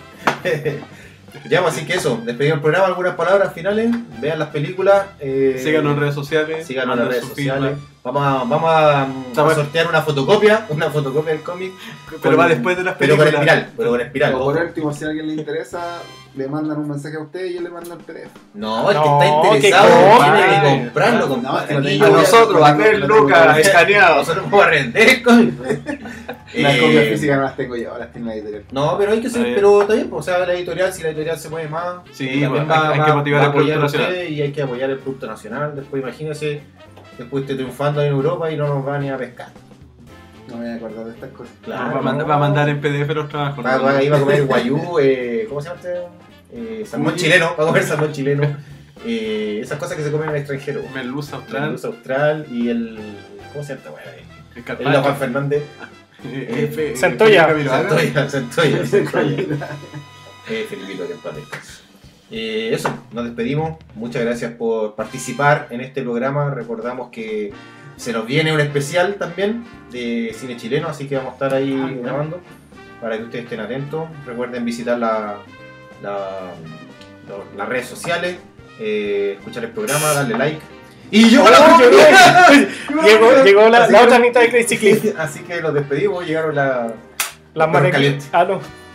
S1: Ya, pues, así que eso, despedimos el programa, algunas palabras finales, vean las películas. Eh,
S3: Síganos en redes sociales.
S1: Síganos en las
S3: manden
S1: redes
S3: su
S1: sociales.
S3: feedback.
S1: Vamos a, vamos a, a
S3: Estamos-
S1: sortear una fotocopia, una fotocopia del cómic.
S3: Pero
S1: con-
S3: va después de las
S1: Pero con
S3: películas.
S1: espiral, pero con espiral.
S4: O por
S1: ojo.
S4: último, si a alguien le interesa, le mandan un mensaje a usted y yo le mando el P D F.
S1: No, el
S2: No,
S1: que está
S2: que
S1: interesado
S2: compre.
S1: tiene que comprarlo,
S4: No,
S1: compadre.
S4: es que lo
S1: Aquí
S4: tengo-
S3: A
S1: yo-
S3: nosotros, a ver,
S4: Lo tengo-
S3: Lucas, escaneado.
S1: Nosotros vamos a render el cómic.
S4: Las
S1: Eh,
S4: copias físicas no las tengo yo, las tiene la editorial.
S1: No, pero hay que ser,
S3: A ver.
S1: pero está bien, pues, o sea, la editorial, si la editorial se mueve más,
S3: Sí,
S1: también
S3: bueno,
S1: va,
S3: hay- hay
S1: va-
S3: que motivar
S1: va a
S3: el producto
S1: apoyar a usted
S3: nacional.
S1: y hay que apoyar el producto nacional. Después imagínese, después esté triunfando en Europa y no nos va ni a pescar.
S4: No me voy a acordar de estas cosas.
S1: Claro,
S3: va, a mandar, va a mandar en P D F los trabajos.
S1: Va,
S3: ¿no?
S1: va, iba a comer guayú, eh, ¿cómo se llama este? Eh, salmón
S3: Cuy.
S1: chileno, va a comer salmón chileno. Eh, esas cosas que se comen en el extranjero.
S3: Merluza
S1: El
S3: austral.
S1: luz austral y el... ¿Cómo se llama esta weá?
S3: El
S1: El
S3: carpaccio.
S1: de Juan Fernández.
S3: Eh, F-
S2: Centolla.
S3: Camilo Haga.
S1: Centolla, Centolla, Centolla. Eh, Felipito, que en paz descanse. Eh, eso, nos despedimos. Muchas gracias por participar en este programa. Recordamos que se nos viene un especial también de cine chileno, así que vamos a estar ahí
S3: Ah,
S1: grabando para que ustedes estén atentos. Recuerden visitar la, la, lo- las redes sociales, eh, escuchar el programa, darle like. Y yo
S2: Hola,
S1: la-
S2: llegó, llegó, llegó la,
S1: Así
S2: la
S1: que-
S2: otra mitad de Crazy Cliff.
S1: Así que los despedimos, llegaron la,
S2: Las
S1: perros
S2: manejas.
S1: calientes.
S2: Ah, no.